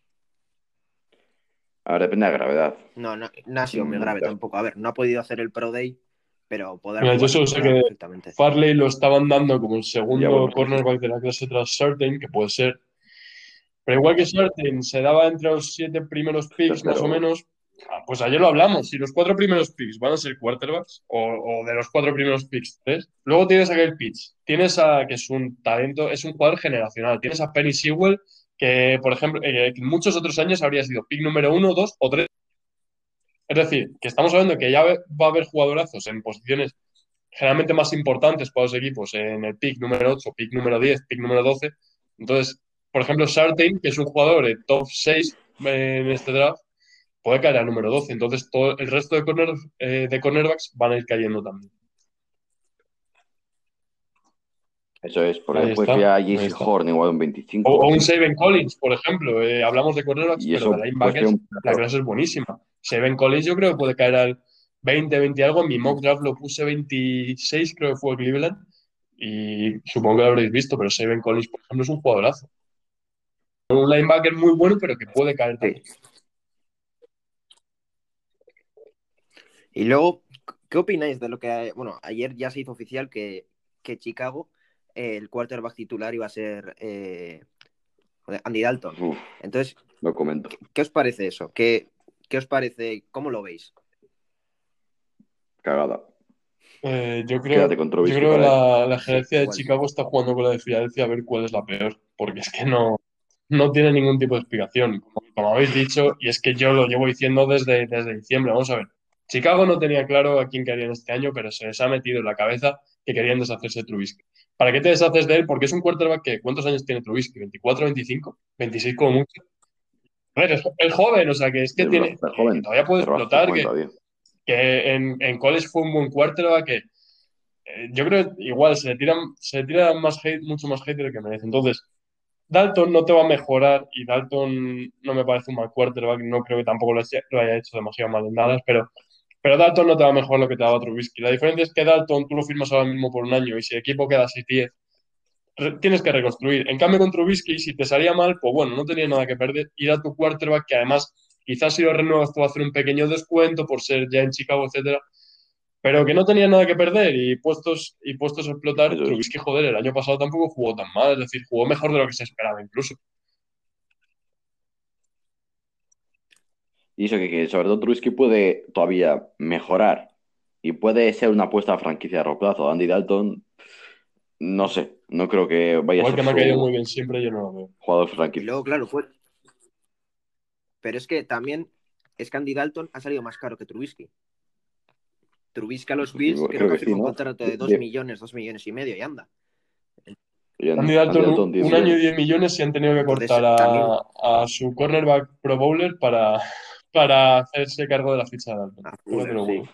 Ahora depende de la gravedad. No, no ha sido muy Mm, grave tampoco. A ver, no ha podido hacer el Pro Day, pero poder Mira, yo jugar, solo sé jugar que perfectamente. Farley lo estaban dando como el ya segundo bueno, pues sí. cornerback de la clase tras Surtain, que puede ser. Pero igual que Surtain se daba entre los 7 primeros picks más o Tercero. menos, pues ayer lo hablamos. Si los 4 primeros picks van a ser quarterbacks, o de los 4 primeros picks, 3, luego tienes a Kyle Pitts. Tienes que es un talento, es un jugador generacional. Tienes a Penny Sewell, que por ejemplo, en muchos otros años habría sido pick número 1, 2 o 3. Es decir, que estamos hablando que ya va a haber jugadorazos en posiciones generalmente más importantes para los equipos, en el pick número 8, pick número 10, pick número 12. Entonces, por ejemplo, Sartain, que es un jugador de top 6 en este draft, puede caer al número 12. Entonces, todo el resto de cornerbacks van a ir cayendo también. Eso es, porque Ahí después está, ya ahí JC está. Horn igual un O, 25 o o un así. Saben Collins, por ejemplo. Hablamos de cornerbacks, Y pero de eso pues tiene linebackers un la plazo. clase es buenísima. Saben Collins yo creo que puede caer al 20, 20 algo. En mi mock draft lo puse 26, creo que fue Cleveland. Y supongo que lo habréis visto, pero Saben Collins, por ejemplo, es un jugadorazo. un linebacker muy bueno, pero que puede caer también. Sí. Y luego, ¿qué opináis de lo que, bueno, ayer ya se hizo oficial que Chicago, el quarterback titular iba a ser Andy Dalton? Uf, Entonces, lo comento. ¿qué os parece eso? ¿Qué os parece? ¿Cómo lo veis? Cagada. Yo Quédate creo, con yo Trubisky creo que para él. la Sí, gerencia de igual. Chicago está jugando con la de Filadelfia a ver cuál es la peor, porque es que no tiene ningún tipo de explicación, como habéis dicho, y es que yo lo llevo diciendo desde diciembre. Vamos a ver, Chicago no tenía claro a quién querían este año, pero se les ha metido en la cabeza que querían deshacerse de Trubisky. ¿Para qué te deshaces de él? Porque es un quarterback que, ¿cuántos años tiene Trubisky? ¿24, 25? ¿26 como mucho? A ver, es joven, o sea, que es que Es tiene, bastante que joven, todavía puede pero bastante explotar, joven todavía. que en college fue un buen quarterback, que yo creo que igual se le tira más hate, mucho más hate de lo que merece. Entonces, Dalton no te va a mejorar y Dalton no me parece un mal quarterback, no creo que tampoco lo haya hecho demasiado mal en nada, pero Dalton no te va a mejorar lo que te daba Trubisky. La diferencia es que Dalton tú lo firmas ahora mismo por un año y si el equipo queda 6-10, tienes que reconstruir. En cambio, con Trubisky, si te salía mal, pues bueno, no tenía nada que perder. Ir a tu quarterback, que además quizás si lo renuevas te va a hacer un pequeño descuento por ser ya en Chicago, etcétera, pero que no tenía nada que perder y puestos a explotar, Eso es. Trubisky, joder, el año pasado tampoco jugó tan mal, es decir, jugó mejor de lo que se esperaba incluso. Y eso que sobre todo Trubisky puede todavía mejorar y puede ser una apuesta a franquicia a largo plazo. Andy Dalton, no sé, no creo que vaya a Igual ser que me ha caído muy su bien siempre, yo no lo veo. jugador Y franquicia. luego, claro, pero es que también es que Andy Dalton ha salido más caro que Trubisky. Trubisky a los Bills creo Creo que que firmó sí, un ¿no? contrato de 2 millones, 2,5 millones y anda. Andy Andy Dalton, Dalton, 10 un año y millones. 10 millones y han tenido que cortar Entonces, también a su cornerback Pro Bowler para hacerse cargo de la ficha de Dalton. a Tócate Fuller, los sí. huevos.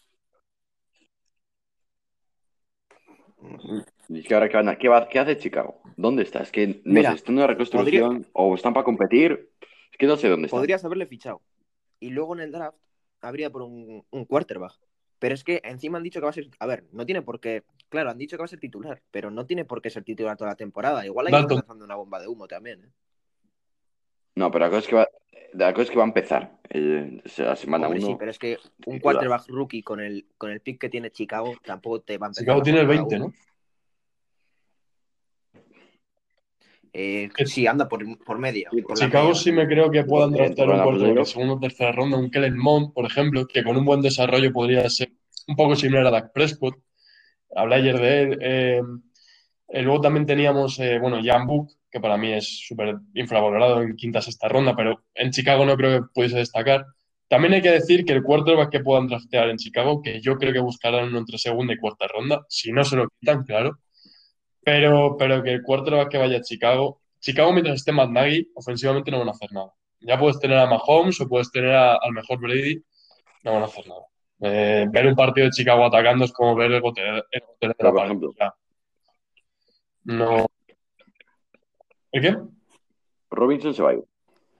Y es que ahora, ¿qué hace Chicago? ¿Dónde está? Es que no sé, Mira, ¿están en una podría, reconstrucción o están para competir? Es que no sé dónde están. podrías haberle fichado. Y luego en el draft habría por un quarterback. Pero es que encima han dicho que va a ser. A ver, no tiene por qué. Claro, han dicho que va a ser titular, pero no tiene por qué ser titular toda la temporada. Igual ahí están Dalton, lanzando una bomba de humo también, ¿eh? No, pero la cosa es que va a empezar la semana Hombre, sí, uno pero es que un titular. quarterback rookie con el pick que tiene Chicago tampoco te va a empezar Chicago la tiene el jornada 20, uno. ¿no? Que Sí, anda por media, Sí, por la Chicago media sí me bastante. creo que puedan porque draftear un entraron a quarterback en playoff. segunda o tercera ronda, un Kellen Mond, por ejemplo, que con un buen desarrollo podría ser un poco similar a Dak Prescott. Hablé ayer de él. Luego también teníamos, bueno, Jan Book, que para mí es súper infravalorado en quinta sexta ronda, pero en Chicago no creo que pudiese destacar. También hay que decir que el quarterback que puedan draftear en Chicago, que yo creo que buscarán uno entre segunda y cuarta ronda, si no se lo quitan, claro, pero que el quarterback que vaya a Chicago mientras esté Matt Nagy, ofensivamente no van a hacer nada. Ya puedes tener a Mahomes o puedes tener al mejor Brady, no van a hacer nada. Ver un partido de Chicago atacando es como ver el gotero de Pero, la por pared. O ejemplo, sea, no. ¿El qué? Robinson se va a ir.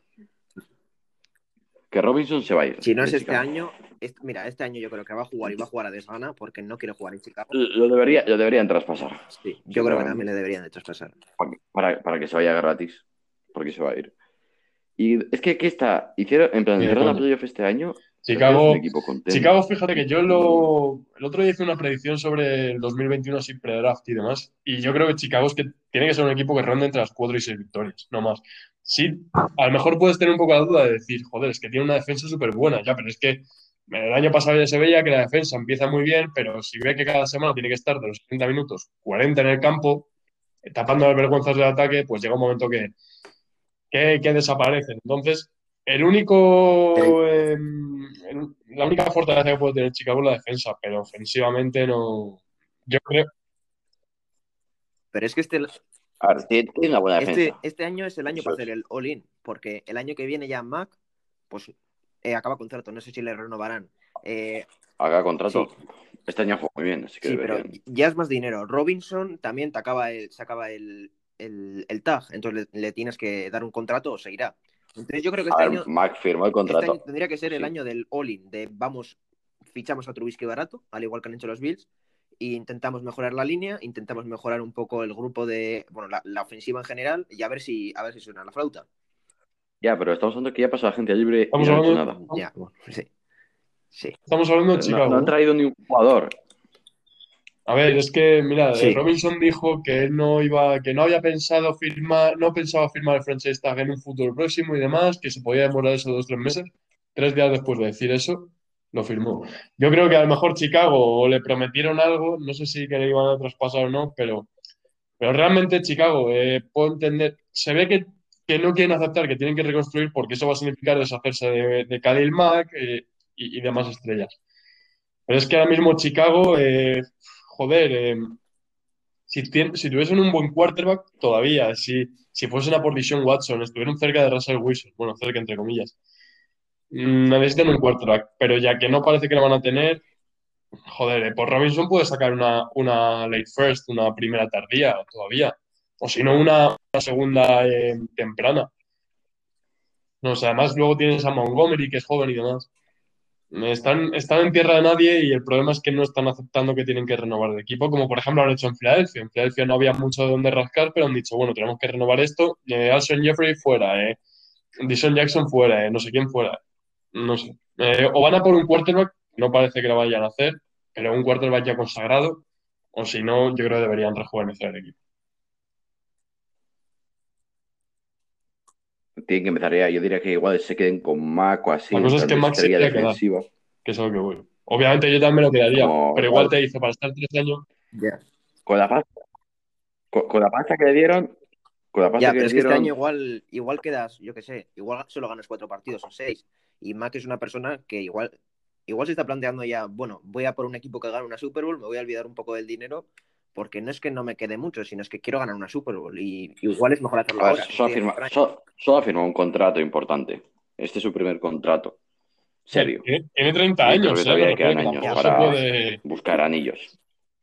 Que Robinson se va a ir Si no es de este Chicago. año, mira, este año yo creo que va a jugar y va a jugar a desgana porque no quiere jugar en Chicago. Lo deberían traspasar, Sí, yo creo que también sinceramente. le deberían de traspasar. Para que se vaya gratis. Porque se va a ir. Y es que, ¿qué está? Hicieron, en plan, Ni de entraron a coña. playoff este año. Es que es un Chicago, equipo contender. Chicago, fíjate que yo el otro día hice una predicción sobre el 2021 así pre-draft y demás, y yo creo que Chicago es que tiene que ser un equipo que ronde entre las 4 y 6 victorias, no más. Sí, a lo mejor puedes tener un poco la duda de decir, joder, es que tiene una defensa súper buena, ya, pero es que el año pasado ya se veía que la defensa empieza muy bien, pero si ve que cada semana tiene que estar de los 30 minutos 40 en el campo, tapando las vergüenzas del ataque, pues llega un momento que desaparecen. Entonces, el Pero, único, la única fortaleza que puede tener Chicago es la defensa, pero ofensivamente no. Yo creo. pero es que A ver, tiene una buena defensa. este año es el año Eso para es. hacer el all-in, porque el año que viene ya Mac, pues acaba contrato, no sé si le renovarán. Haga contrato. Sí, Este año jugó muy bien, así que sí, pero deberían. ya es más dinero. Robinson también se acaba el tag, entonces le tienes que dar un contrato o seguirá. Entonces yo creo que A ver, Mac firmó el este año contrato. tendría que ser el Sí. año del all-in, de vamos, fichamos a Trubisky barato, al igual que han hecho los Bills, y intentamos mejorar la línea, intentamos mejorar un poco el grupo de, bueno, la ofensiva en general y a ver si suena la flauta. Ya, pero estamos hablando que ya pasó la gente libre y Estamos no han hecho hablando, nada. Ya, bueno, sí, sí, estamos hablando de No Chicago, han ¿no? traído ni un jugador. A ver, es que, mira, sí, Robinson dijo que él no iba, que no había pensado firmar, no pensaba firmar el franchise tag en un futuro próximo y demás, que se podía demorar eso 2 o 3 meses. 3 días después de decir eso, lo firmó. Yo creo que a lo mejor Chicago o le prometieron algo, no sé si que le iban a traspasar o no, pero realmente Chicago, puedo entender, se ve que no quieren aceptar que tienen que reconstruir porque eso va a significar deshacerse de Khalil Mack y demás estrellas. Pero es que ahora mismo Chicago, joder, si tuviesen un buen quarterback, todavía, si fuesen a por Deshaun Watson, estuvieron cerca de Russell Wilson, bueno, cerca entre comillas, necesitan un quarterback, pero ya que no parece que lo van a tener, joder, por Robinson puede sacar una late first, una primera tardía todavía, o si no, una segunda temprana. No, o sea, además luego tienes a Montgomery, que es joven y demás. Están en tierra de nadie y el problema es que no están aceptando que tienen que renovar de equipo, como por ejemplo han hecho en Filadelfia. En Filadelfia no había mucho donde rascar, pero han dicho, bueno, tenemos que renovar esto. Alshon Jeffrey fuera, Deshaun Jackson fuera, no sé quién fuera. No sé. O van a por un quarterback, no parece que lo vayan a hacer, pero un quarterback ya consagrado, o si no, yo creo que deberían rejuvenecer el equipo. Tienen que empezar ya. Yo diría que igual se queden con Mac o así, La en cosa es plan que de Max se estrella quiera quedar, defensiva. que es a lo que voy. Obviamente yo también lo quedaría, Como pero igual igual, te dice, para estar 3 años, ya. con la pasta, con la pasta que le dieron, con la pasta Ya, que pero le es que este año dieron, igual quedas, yo qué sé, igual solo ganas 4 partidos o 6. Y Mac es una persona que igual se está planteando ya, bueno, voy a por un equipo que gane una Super Bowl, me voy a olvidar un poco del dinero, porque no es que no me quede mucho, sino es que quiero ganar una Super Bowl. Y igual es mejor hacerlo a ver, ahora, que estoy en mi prime. solo ha firmado un contrato importante. Este es su primer contrato. Serio. tiene 30 Y creo que años, me todavía le refiero quedan que años Ya, tampoco se pero para puede. buscar anillos.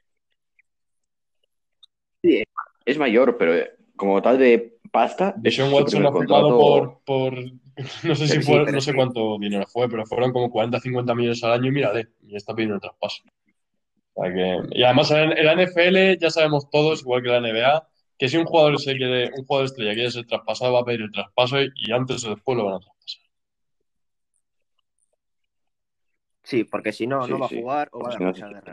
Sí, es mayor, pero como tal de pasta, es Deshaun su Watson primer ha firmado contrato no sé si sí, fue, pero no es sé que cuánto dinero fue, pero fueron como 40 50 millones al año y mírale, y está pidiendo el traspaso. O sea y además en la NFL ya sabemos todos, igual que la NBA, que si un jugador estrella quiere ser traspasado, va a pedir el traspaso y antes o después lo van a traspasar. sí, porque si no, no Sí, va a sí. jugar o va a Pues si dar no, mucha guerra.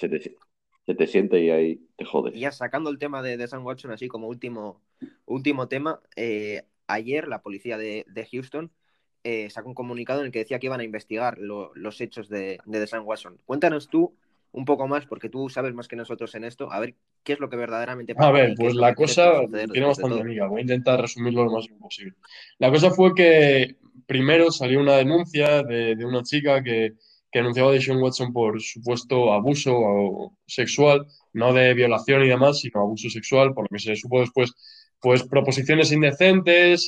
se te sienta y ahí te Y jodes. ya sacando el tema de Sam Watson, así como último tema, ayer la policía de Houston sacó un comunicado en el que decía que iban a investigar los hechos de Sam Watson. Cuéntanos tú un poco más, porque tú sabes más que nosotros en esto, a ver qué es lo que verdaderamente A pasó ver, y qué pues es lo la que crees que cosa va a suceder tiene después de bastante todo. amiga. Voy a intentar resumirlo lo más posible. La cosa fue que primero salió una denuncia de una chica que denunciaba a Deshaun Watson por supuesto abuso sexual, no de violación y demás, sino abuso sexual, por lo que se supo después, pues proposiciones indecentes,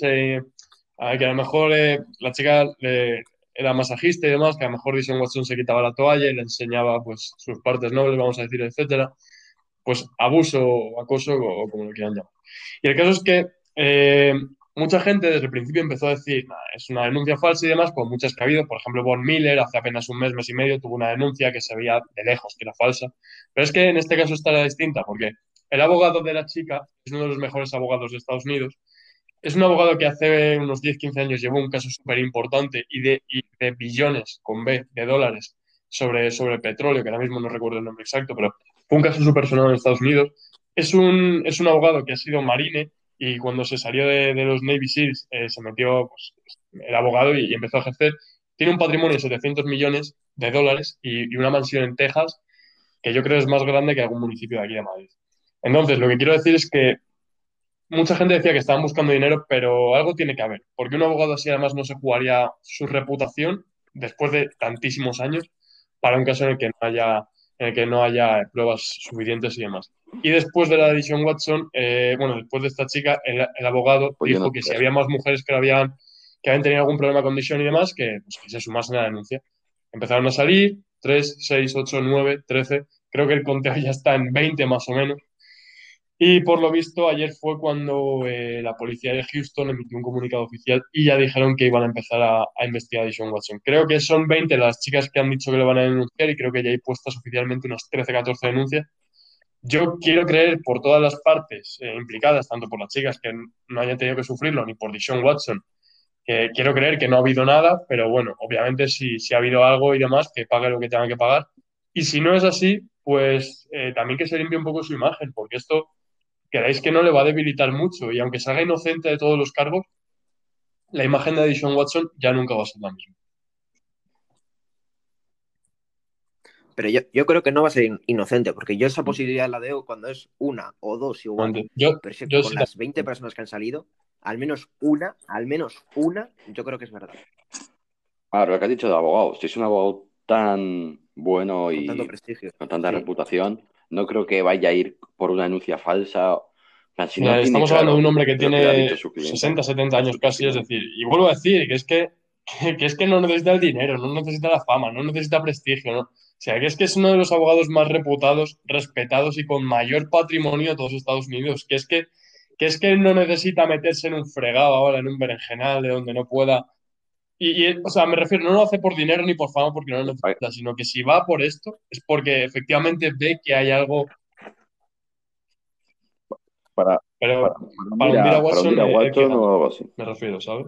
a que a lo mejor la chica era masajista y demás, que a lo mejor Deshaun Watson se quitaba la toalla y le enseñaba pues sus partes nobles, vamos a decir, etcétera, pues abuso o acoso o como lo quieran llamar. Y el caso es que mucha gente desde el principio empezó a decir, "Nah, es una denuncia falsa y demás, con muchas que ha habido. Por ejemplo, Von Miller hace apenas un mes, mes y medio, tuvo una denuncia que se veía de lejos que era falsa. Pero es que en este caso está distinta, porque el abogado de la chica es uno de los mejores abogados de Estados Unidos. Es un abogado que hace unos 10 15 años llevó un caso súper importante y de billones, con B, de dólares sobre petróleo, que ahora mismo no recuerdo el nombre exacto, pero fue un caso súper sonado en Estados Unidos. Es un abogado que ha sido marine y cuando se salió de los Navy SEALs se metió pues, el abogado y empezó a ejercer. Tiene un patrimonio de 700 millones de dólares y una mansión en Texas que yo creo es más grande que algún municipio de aquí de Madrid. Entonces, lo que quiero decir es que mucha gente decía que estaban buscando dinero, pero algo tiene que haber, porque un abogado así además no se jugaría su reputación después de tantísimos años para un caso en el que no haya pruebas suficientes y demás. Y después de la decisión Watson, bueno, después de esta chica, el abogado Pues yo no dijo que sé si eso. había más mujeres que habían tenido algún problema con Dishon y demás, pues, que se sumasen a la denuncia. Empezaron a salir 3, 6, 8, 9, 13. Creo que el conteo ya está en 20 más o menos. Y por lo visto, ayer fue cuando la policía de Houston emitió un comunicado oficial y ya dijeron que iban a empezar a investigar a Deshaun Watson. Creo que son 20 las chicas que han dicho que lo van a denunciar y creo que ya hay puestas oficialmente unas 13 14 denuncias. Yo quiero creer por todas las partes implicadas, tanto por las chicas que no hayan tenido que sufrirlo, ni por Deshaun Watson, que quiero creer que no ha habido nada, pero bueno, obviamente si ha habido algo y demás, que pague lo que tenga que pagar. Y si no es así, pues también que se limpie un poco su imagen, porque esto creéis que no le va a debilitar mucho y aunque salga inocente de todos los cargos, la imagen de Deshaun Watson ya nunca va a ser la misma. Pero yo creo que no va a ser inocente, porque yo esa posibilidad la veo cuando es una o dos igual. Pero sí, Yo con sí las 20 personas que han salido, al menos una, yo creo que es verdad. Ahora, lo que has dicho de abogado, si es un abogado tan bueno Con tanto y prestigio. con tanta Sí. reputación, no creo que vaya a ir por una denuncia falsa. O sea, si no Mira, tiene estamos hablando de un claro hombre que lo que le ha tiene dicho su clienta 60, 70 o años su casi, es testimonio. decir, y vuelvo a decir que es que no necesita el dinero, no necesita la fama, no necesita prestigio, ¿no? O sea, que es uno de los abogados más reputados, respetados y con mayor patrimonio de todos Estados Unidos, que es que no necesita meterse en un fregado ahora, en un berenjenal de donde no pueda. O sea, me refiero, no lo hace por dinero ni por fama porque no lo Ay, necesita, sino que si va por esto es porque efectivamente ve que hay algo, Para, pero para hundir a el que Watson gana, o algo así. me refiero, ¿sabes?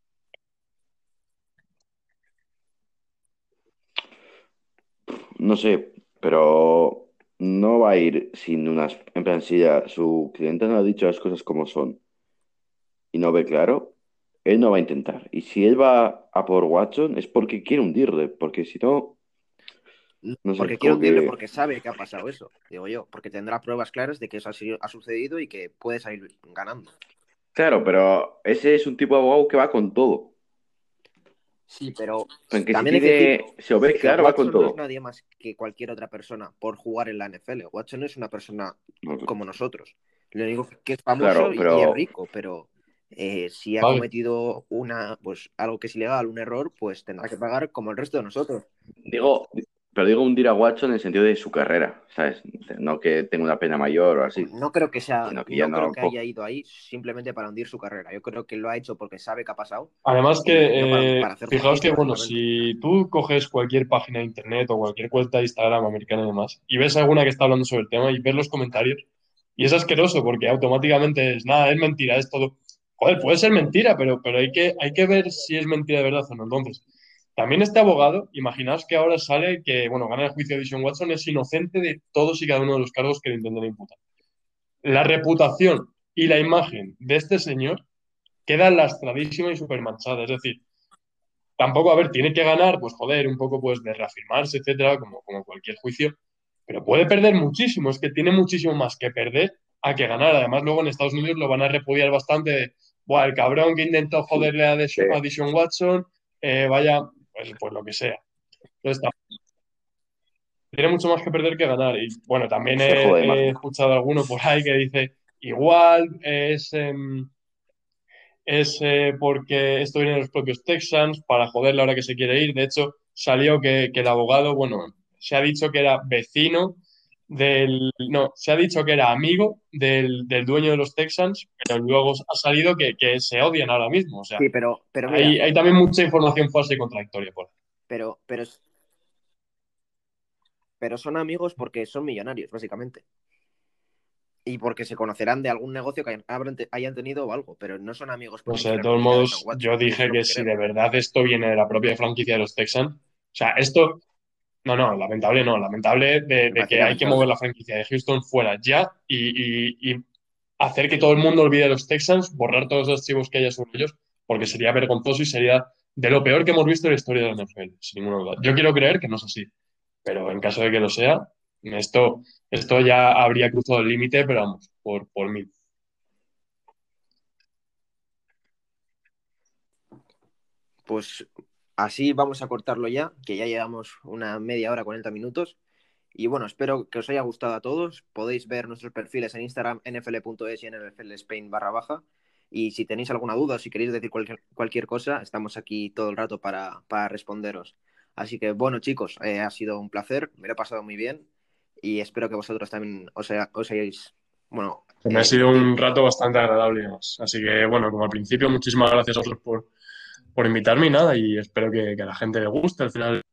No sé, pero no va a ir sin unas... En plan, si su cliente no ha dicho las cosas como son y no ve claro, él no va a intentar. Y si él va a por Watson es porque quiere hundirle, porque si no, no sé, Porque quiere como hundirle que... porque sabe que ha pasado eso, digo yo. Porque tendrá pruebas claras de que eso ha sucedido y que puede salir ganando. Claro, pero ese es un tipo de abogado que va con todo. Sí, pero En que si también hay que decir tiene... Se lo ve que claro, va con Watson no es todo. nadie más que cualquier otra persona por jugar en la NFL. Watson es una persona No, como nosotros. Lo único que es famoso claro, y es pero... rico, pero si ha Vale. cometido pues algo que es ilegal, un error, pues tendrá que pagar como el resto de nosotros. Digo, pero digo hundir a Watson en el sentido de su carrera, ¿sabes? No que tenga una pena mayor o así, sino que ya No creo no... que haya ido ahí simplemente para hundir su carrera. Yo creo que lo ha hecho porque sabe que ha pasado Además y no que, para hacer fijaos que, justicia, bueno, básicamente. si tú coges cualquier página de internet o cualquier cuenta de Instagram americana y demás, y ves alguna que está hablando sobre el tema y ves los comentarios, y es asqueroso porque automáticamente es, nada, es mentira, es todo. Joder, puede ser mentira, pero hay que ver si es mentira de verdad o no. Entonces, también este abogado, imaginaos que ahora sale que, bueno, gana el juicio de Sean Watson, es inocente de todos y cada uno de los cargos que le intentan imputar. La reputación y la imagen de este señor queda lastradísima y súper manchada. Es decir, tampoco, a ver, tiene que ganar, pues joder, un poco pues de reafirmarse, etcétera, como cualquier juicio, pero puede perder muchísimo, es que tiene muchísimo más que perder a que ganar. Además, luego en Estados Unidos lo van a repudiar bastante de, buah, el cabrón que intentó Sí, joderle a se, Deshaun Watson, vaya, pues lo que sea. Entonces, tiene mucho más que perder que ganar. Y bueno, también se jode más. he escuchado a alguno por ahí que dice, igual es porque esto viene de los propios Texans para joder la hora que se quiere ir. De hecho, salió que el abogado, bueno, se ha dicho que era vecino del, no, se ha dicho que era amigo del dueño de los Texans, pero luego ha salido que se odian ahora mismo. O sea, Sí, pero mira, hay también mucha información falsa y contradictoria por ahí. pero, pero, pero son amigos porque son millonarios, básicamente. Y porque se conocerán de algún negocio que hayan tenido o algo, pero no son amigos No porque sé, de quieran todos hundir a Deshaun modos, Watson, yo y eso es dije lo que que si creo. de verdad esto viene de la propia franquicia de los Texans, o sea, esto no, no, lamentable no, lamentable Me de parece que hay que mover lamentable. la franquicia de Houston fuera ya y hacer que todo el mundo olvide a los Texans, borrar todos los archivos que haya sobre ellos, porque sería vergonzoso y sería de lo peor que hemos visto en la historia de la NFL, sin ninguna duda. Yo quiero creer que no es así, pero en caso de que lo sea, esto, esto ya habría cruzado el límite, pero vamos, por mí. Pues así vamos a cortarlo ya, que ya llevamos una media hora, 40 minutos. Y bueno, espero que os haya gustado a todos. Podéis ver nuestros perfiles en Instagram, nfl.es y nflspain barra baja. Y si tenéis alguna duda o si queréis decir cualquier cosa, estamos aquí todo el rato para responderos. Así que bueno, chicos, ha sido un placer, me lo he pasado muy bien y espero que vosotros también os hayáis, bueno, Que me ha sido un rato bastante agradable y demás. Así que, bueno, como al principio, muchísimas gracias a vosotros por invitarme y nada, y espero que a la gente le guste. Al final